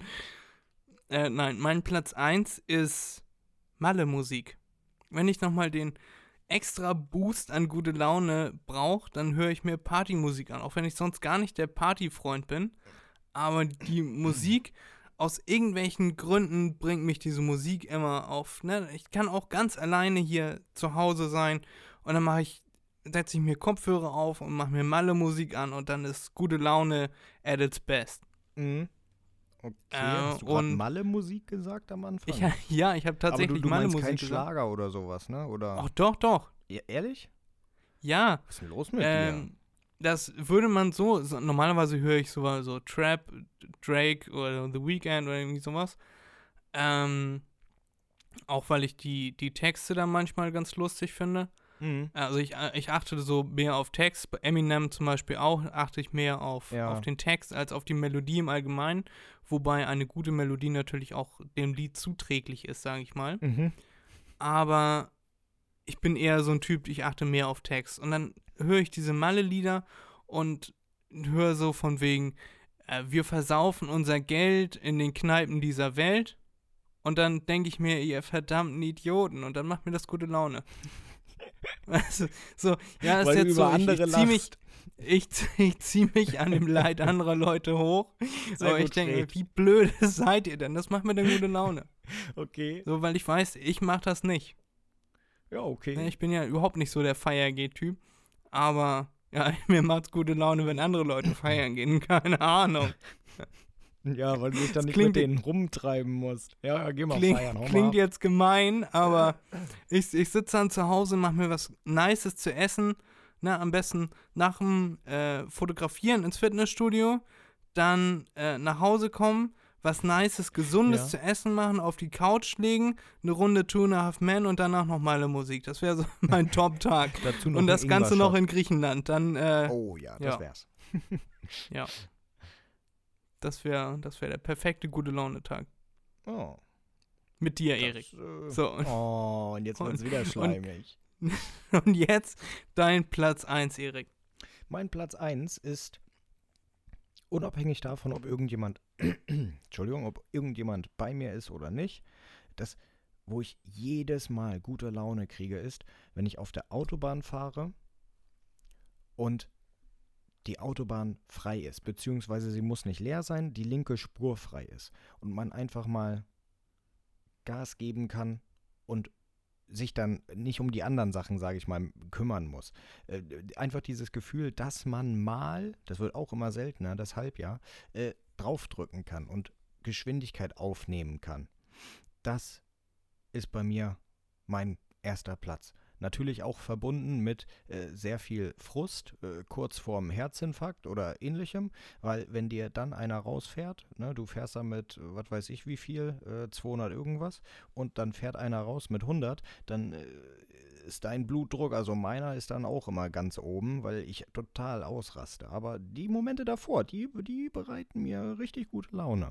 Äh, nein, mein Platz eins ist Malle-Musik. Wenn ich nochmal den extra Boost an gute Laune brauche, dann höre ich mir Partymusik an. Auch wenn ich sonst gar nicht der Partyfreund bin. Aber die Musik, aus irgendwelchen Gründen bringt mich diese Musik immer auf. Ne? Ich kann auch ganz alleine hier zu Hause sein und dann mache ich, setze ich mir Kopfhörer auf und mache mir Malle-Musik an und dann ist gute Laune at its best. Mhm. Okay, Äh, hast du gerade und- Malle-Musik gesagt am Anfang? Ich, ja, ich habe tatsächlich Aber du, du meinst Malle-Musik kein gesagt. Schlager oder sowas, ne? Oder? Ach doch, doch. Ja, ehrlich? Ja. Was ist denn los mit Ähm, das würde man so, so, normalerweise höre ich so, so Trap, Drake oder The Weeknd oder irgendwie sowas. Ähm, auch weil ich die, die Texte dann manchmal ganz lustig finde. dir? Mhm. Also ich, ich achte so mehr auf Text. Bei Eminem zum Beispiel auch achte ich mehr auf, Ja. auf den Text als auf die Melodie im Allgemeinen. Wobei eine gute Melodie natürlich auch dem Lied zuträglich ist, sage ich mal. Mhm. Aber ich bin eher so ein Typ, ich achte mehr auf Text. Und dann höre ich diese Malle-Lieder und höre so von wegen, äh, wir versaufen unser Geld in den Kneipen dieser Welt. Und dann denke ich mir, ihr verdammten Idioten. Und dann macht mir das gute Laune. Also, so, ja, das Weil ist du jetzt über so, ich, andere ich ziehe mich, lachst. ich, ich zieh mich an dem Leid anderer Leute hoch. Sehr Aber ich gut, denke mir, Fred. wie blöd seid ihr denn? Das macht mir dann gute Laune. Okay. So, weil ich weiß, ich mache das nicht. Ja, okay. Ne, ich bin ja überhaupt nicht so der Feier-Geht-Typ. Aber, ja, mir macht's gute Laune, wenn andere Leute feiern gehen. Keine Ahnung. Ja, weil du dich dann Das nicht klingt- mit denen rumtreiben musst. Ja, ja, geh mal Kling, feiern. Hau mal klingt ab. jetzt gemein, aber ich, ich sitze dann zu Hause, mache mir was Nices zu essen. Ne, am besten nach dem äh, Fotografieren ins Fitnessstudio, dann äh, nach Hause kommen, was Nices, Gesundes Ja. zu essen machen, auf die Couch legen, eine Runde Two and a Half Men und danach noch meine Musik. Das wäre so mein Top-Tag. Dazu noch Und ein das Ganze noch Ingwer-Shot. in Griechenland. Dann, äh, Oh ja, das ja. wär's. ja. Das wäre das wär der perfekte gute Laune-Tag. Oh. Mit dir, das, Erik. äh, So, Oh, und jetzt wird's Und- wieder und- schleimig. und jetzt dein Platz eins, Erik. Mein Platz eins ist, unabhängig davon, ob irgendjemand, Entschuldigung, ob irgendjemand bei mir ist oder nicht, das, wo ich jedes Mal gute Laune kriege, ist, wenn ich auf der Autobahn fahre und die Autobahn frei ist, beziehungsweise sie muss nicht leer sein, die linke Spur frei ist und man einfach mal Gas geben kann und sich dann nicht um die anderen Sachen, sage ich mal, kümmern muss. Äh, einfach dieses Gefühl, dass man mal, das wird auch immer seltener, deshalb ja, äh, draufdrücken kann und Geschwindigkeit aufnehmen kann. Das ist bei mir mein erster Platz. Natürlich auch verbunden mit äh, sehr viel Frust, äh, kurz vorm Herzinfarkt oder ähnlichem, weil wenn dir dann einer rausfährt, ne, du fährst da mit, äh, was weiß ich wie viel, äh, zweihundert irgendwas, und dann fährt einer raus mit hundert, dann äh, ist dein Blutdruck, also meiner ist dann auch immer ganz oben, weil ich total ausraste. Aber die Momente davor, die, die bereiten mir richtig gute Laune.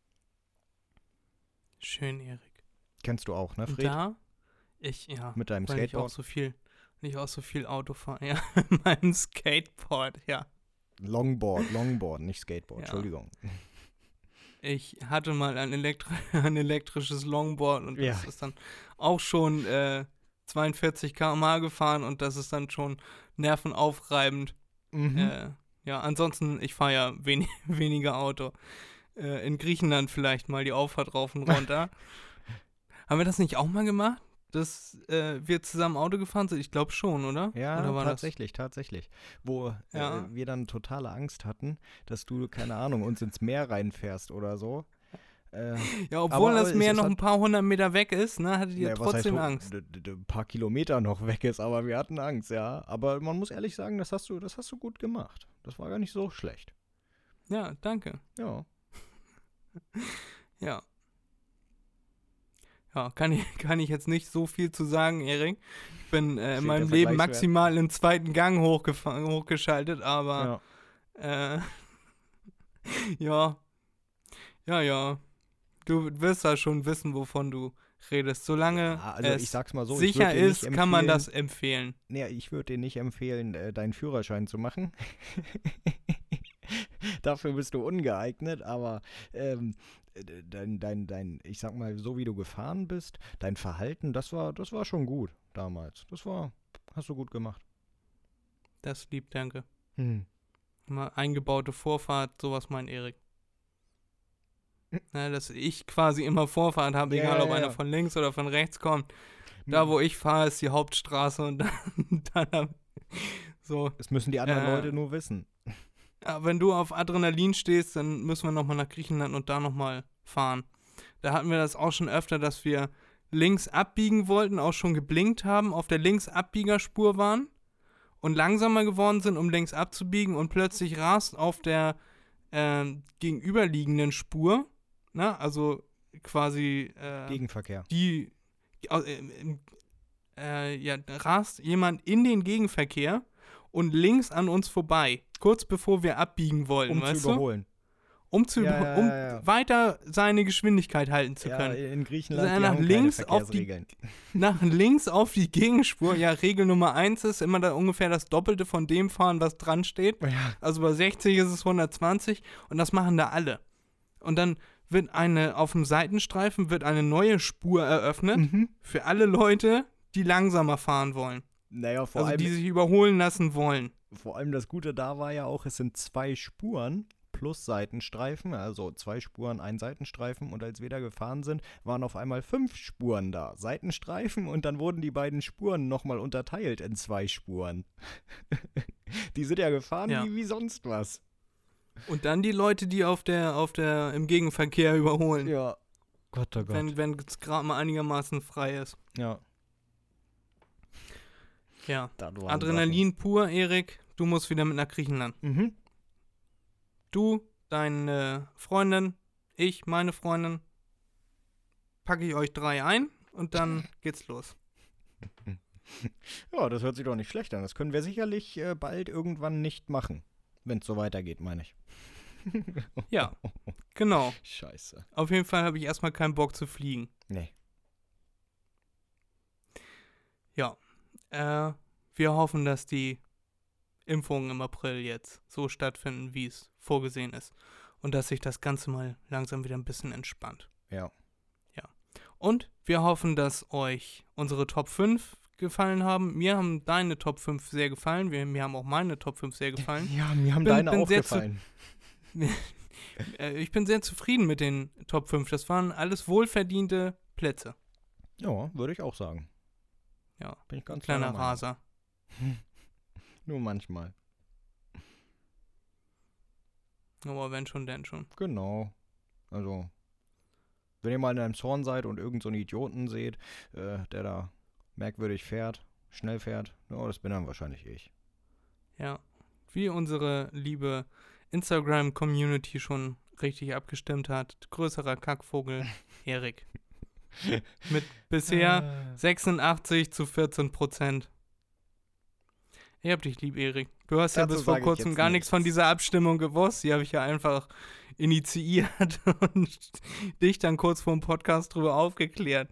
Schön, Erik. Kennst du auch, ne, Und Fred? da, ich, ja, Mit deinem weil ich auch Skateboard? so viel, nicht auch so viel Auto fahre. Ja, mit meinem Skateboard, ja. Longboard, Longboard, nicht Skateboard, Ja. Entschuldigung. Ich hatte mal ein, Elektri ein elektrisches Longboard und Ja. das ist dann auch schon äh, zweiundvierzig Kilometer pro Stunde gefahren und das ist dann schon nervenaufreibend. Mhm. Äh, ja, ansonsten, ich fahre ja wenig, weniger Auto. Äh, in Griechenland vielleicht mal die Auffahrt rauf und runter. Haben wir das nicht auch mal gemacht? Dass äh, wir zusammen Auto gefahren sind? Ich glaube schon, oder? Ja, oder war tatsächlich, tatsächlich. Wo Ja. äh, wir dann totale Angst hatten, dass du, keine Ahnung, uns ins Meer reinfährst oder so. Äh, Das? Ja, obwohl aber das es- Meer es noch hat- ein paar hundert Meter weg ist, ne, hattet ihr naja, was heißt, trotzdem ho- Angst. d- d- d- ein paar Kilometer noch weg ist, aber wir hatten Angst, ja. Aber man muss ehrlich sagen, das hast du, das hast du gut gemacht. Das war gar nicht so schlecht. Ja, danke. Ja. Ja. Ja, kann ich, kann ich jetzt nicht so viel zu sagen, Erik. Ich bin äh, in Steht meinem der Leben Vergleichswert. maximal im zweiten Gang hochgefa- hochgeschaltet, aber ja. äh, ja, ja, ja. Du wirst da schon wissen, wovon du redest. Solange Ja, also es ich sag's mal so, ich sicher würd dir nicht ist, kann man empfehlen- das empfehlen. Nee, ich würde dir nicht empfehlen, äh, deinen Führerschein zu machen. Dafür bist du ungeeignet, aber ähm, d- dein, dein, dein, ich sag mal, so wie du gefahren bist, dein Verhalten, das war, das war schon gut damals. Das war, hast du gut gemacht. Das lieb, danke. Hm. Mal eingebaute Vorfahrt, sowas mein Erik. Na, dass ich quasi immer Vorfahrt habe, Ja, egal ja, ob ja. einer von links oder von rechts kommt. Da, wo ich fahre, ist die Hauptstraße und dann, dann hab- so. Das müssen die anderen Äh, Leute nur wissen. Ja, wenn du auf Adrenalin stehst, dann müssen wir nochmal nach Griechenland und da nochmal fahren. Da hatten wir das auch schon öfter, dass wir links abbiegen wollten, auch schon geblinkt haben, auf der Linksabbiegerspur waren und langsamer geworden sind, um links abzubiegen und plötzlich rast auf der ähm, gegenüberliegenden Spur, ne, also quasi äh, Gegenverkehr. die, äh, äh, äh, ja, rast jemand in den Gegenverkehr und links an uns vorbei, kurz bevor wir abbiegen wollen, Um weißt zu überholen. du? Um, zu Ja, über- ja, um ja, ja. weiter seine Geschwindigkeit halten zu Ja, können. in Griechenland Also die nach haben links keine auf die- Verkehrsregeln. Nach links auf die Gegenspur. Ja, Regel Nummer eins ist immer da ungefähr das Doppelte von dem fahren, was dran steht. Ja. Also bei sechzig ist es hundertzwanzig und das machen da alle. Und dann wird eine, auf dem Seitenstreifen wird eine neue Spur eröffnet Mhm. für alle Leute, die langsamer fahren wollen. Naja, vor, Also allem, die sich überholen lassen wollen. vor allem das Gute da war ja auch, es sind zwei Spuren plus Seitenstreifen, also zwei Spuren, ein Seitenstreifen, und als wir da gefahren sind, waren auf einmal fünf Spuren da. Seitenstreifen, und dann wurden die beiden Spuren nochmal unterteilt in zwei Spuren. Die sind ja gefahren Ja. Wie, wie sonst was. Und dann die Leute, die auf der, auf der, im Gegenverkehr überholen. Ja. Gott, oh Gott. Wenn, wenn es gerade mal einigermaßen frei ist. ja. Ja. Das waren Adrenalin pur, Erik. Du musst wieder mit nach Griechenland. Sachen. Mhm. Du, deine Freundin, ich, meine Freundin, packe ich euch drei ein und dann geht's los. Ja, das hört sich doch nicht schlecht an. Das können wir sicherlich äh, bald irgendwann nicht machen. Wenn es so weitergeht, meine ich. Ja, genau. Scheiße. Auf jeden Fall habe ich erstmal keinen Bock zu fliegen. Nee. Ja, äh, wir hoffen, dass die Impfungen im April jetzt so stattfinden, wie es vorgesehen ist. Und dass sich das Ganze mal langsam wieder ein bisschen entspannt. Ja. Und wir hoffen, dass euch unsere Top fünf gefallen haben. Mir haben deine Top fünf sehr gefallen. Wir, mir haben auch meine Top fünf sehr gefallen. Ja, mir haben Bin- deine bin auch sehr zu- gefallen. Äh, ich bin sehr zufrieden mit den Top fünf. Das waren alles wohlverdiente Plätze. Ja, würde ich auch sagen. Ja, Bin ich ganz kleiner deiner Meinung. Raser. Nur manchmal. Aber wenn schon, denn schon. Genau. Also, wenn ihr mal in einem Zorn seid und irgend so einen Idioten seht, äh, der da merkwürdig fährt, schnell fährt, ja, das bin dann wahrscheinlich ich. Ja. Wie unsere liebe Instagram-Community schon richtig abgestimmt hat. Größerer Kackvogel, Erik. Mit bisher sechsundachtzig zu vierzehn Prozent. Ich hab dich lieb, Erik. Du hast ja Dazu bis vor sag ich kurzem jetzt gar nichts von nichts. dieser Abstimmung gewusst. Die habe ich ja einfach initiiert und dich dann kurz vor dem Podcast drüber aufgeklärt.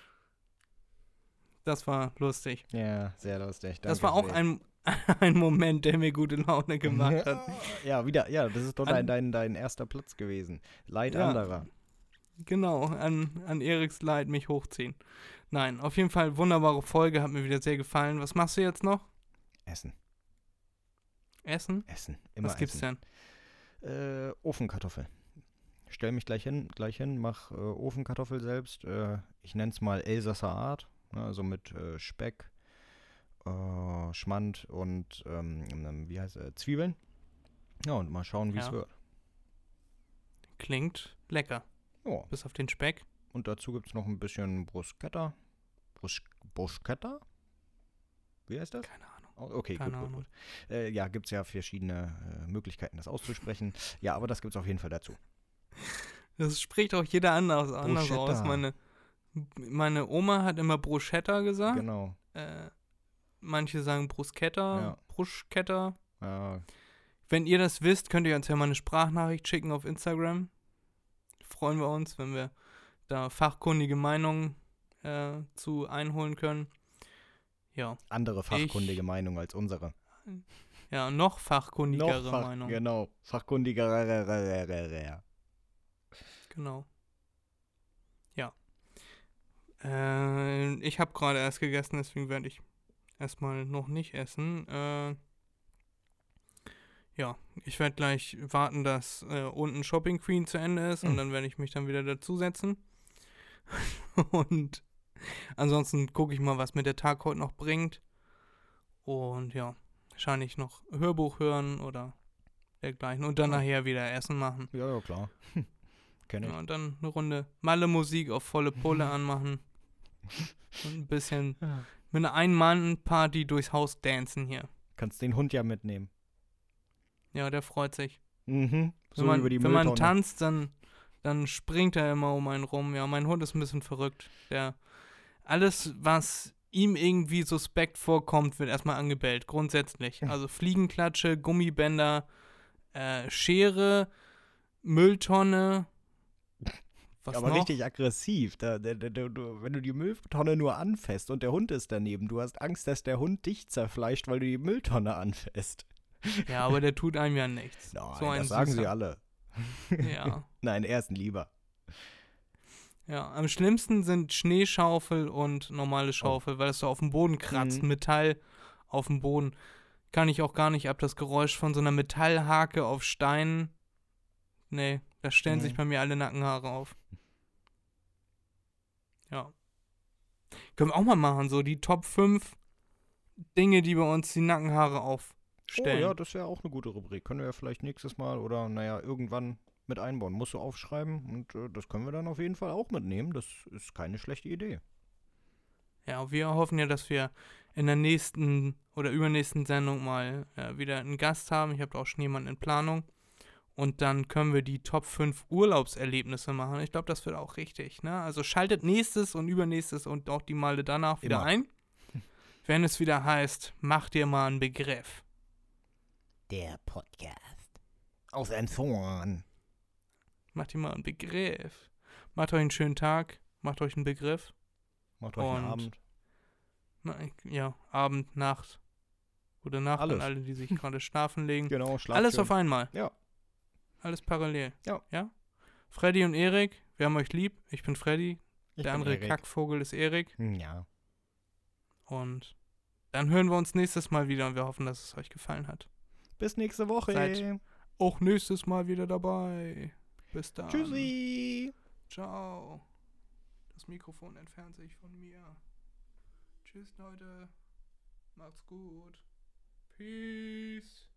Das war lustig. Ja, sehr lustig. das Danke war auch sehr. ein, ein Moment, der mir gute Laune gemacht hat. Ja, wieder, ja, das ist doch An- dein, dein, dein erster Platz gewesen. Leid Ja. anderer. Genau, an, an Eriks Leid mich hochziehen. Nein, auf jeden Fall wunderbare Folge, hat mir wieder sehr gefallen. Was machst du jetzt noch? Essen. Essen? Essen. Immer Was gibt's essen. denn? Äh, Ofenkartoffel. Stell mich gleich hin, gleich hin, mach äh, Ofenkartoffel selbst. Äh, ich nenne es mal Elsasser Art, ne, also mit äh, Speck, äh, Schmand und ähm, ähm, wie heißt äh, Zwiebeln. Ja, und mal schauen, wie es Ja. wird. Klingt lecker. Ja, Bis auf den Speck. und dazu gibt es noch ein bisschen Bruschetta. Brus Bruschetta? Wie heißt das? Keine Ahnung. Oh, okay, Keine gut, gut, Ahnung. gut. Äh, ja, gibt es ja verschiedene äh, Möglichkeiten, das auszusprechen. Ja, aber das gibt es auf jeden Fall dazu. Das spricht auch jeder anders, anders Bruschetta. aus. Meine, meine Oma hat immer Bruschetta gesagt. Genau. Äh, manche sagen Bruschetta, Ja. Bruschetta. Ja, Wenn ihr das wisst, könnt ihr uns ja mal eine Sprachnachricht schicken auf Instagram. Freuen wir uns, wenn wir da fachkundige Meinungen äh, zu einholen können. Ja, andere fachkundige Meinung als unsere. ja, noch fachkundigere Noch Fach, Meinung. Genau, fachkundiger. Genau. Ja. Äh, ich habe gerade erst gegessen, deswegen werde ich erstmal noch nicht essen. Äh, ja, ich werde gleich warten, dass äh, unten Shopping Queen zu Ende ist und Mhm. dann werde ich mich dann wieder dazusetzen. Und ansonsten gucke ich mal, was mir der Tag heute noch bringt. Und ja, wahrscheinlich noch Hörbuch hören oder dergleichen. Und dann Ja. nachher wieder Essen machen. Ja, ja, klar. Kenn ich. Ja, und dann eine Runde Malle-Musik auf volle Pulle anmachen. Und ein bisschen Ja. mit einer Ein-Mann-Party durchs Haus dancen hier. Kannst den Hund ja mitnehmen. Ja, der freut sich. Mhm. So Wenn man, über die wenn man Mülltonne. tanzt, dann, dann springt er immer um einen rum. Ja, mein Hund ist ein bisschen verrückt. Der, alles, was ihm irgendwie suspekt vorkommt, wird erstmal angebellt, grundsätzlich. Also Fliegenklatsche, Gummibänder, äh, Schere, Mülltonne. Was Aber noch? richtig aggressiv. Da, da, da, du, wenn du die Mülltonne nur anfasst und der Hund ist daneben, du hast Angst, dass der Hund dich zerfleischt, weil du die Mülltonne anfasst. Ja, aber der tut einem ja nichts. Nein, so ein das sagen Süßer. sie alle. Ja. Nein, er ist ein Lieber. Ja, am schlimmsten sind Schneeschaufel und normale Schaufel, weil es so auf dem Boden kratzt, Mhm. Metall auf dem Boden. Kann ich auch gar nicht ab, das Geräusch von so einer Metallhake auf Steinen. Nee, da stellen Nee. sich bei mir alle Nackenhaare auf. Ja. Können wir auch mal machen, so die Top fünf Dinge, die bei uns die Nackenhaare Oh aufstellen. ja, das wäre auch eine gute Rubrik. Können wir ja vielleicht nächstes Mal oder, naja, irgendwann mit einbauen. Musst du aufschreiben und äh, das können wir dann auf jeden Fall auch mitnehmen. Das ist keine schlechte Idee. Ja, wir hoffen ja, dass wir in der nächsten oder übernächsten Sendung mal äh, wieder einen Gast haben. Ich habe da auch schon jemanden in Planung. Und dann können wir die Top fünf Urlaubserlebnisse machen. Ich glaube, das wird auch richtig. Ne? Also schaltet nächstes und übernächstes und auch die Male danach wieder Immer. ein. Wenn es wieder heißt, mach dir mal einen Begriff. Der Podcast. Aus einem Zorn. Macht dir mal einen Begriff. Macht euch einen schönen Tag. Macht euch einen Begriff. Macht euch einen Und- Abend. Na, ja, Abend, Nacht. Gute Nacht Alles. an alle, die sich gerade schlafen legen. Genau, schlaf Alles schön. auf einmal. Ja. Alles parallel. Ja. Ja? Freddy und Erik, wir haben euch lieb. Ich bin Freddy. Ich Der bin andere Erik. Kackvogel ist Erik. Hm, Ja. Und dann hören wir uns nächstes Mal wieder und wir hoffen, dass es euch gefallen hat. Bis nächste Woche. Seid- Auch nächstes Mal wieder dabei. Bis dann. Tschüssi. Ciao. Das Mikrofon entfernt sich von mir. Tschüss, Leute. Macht's gut. Peace.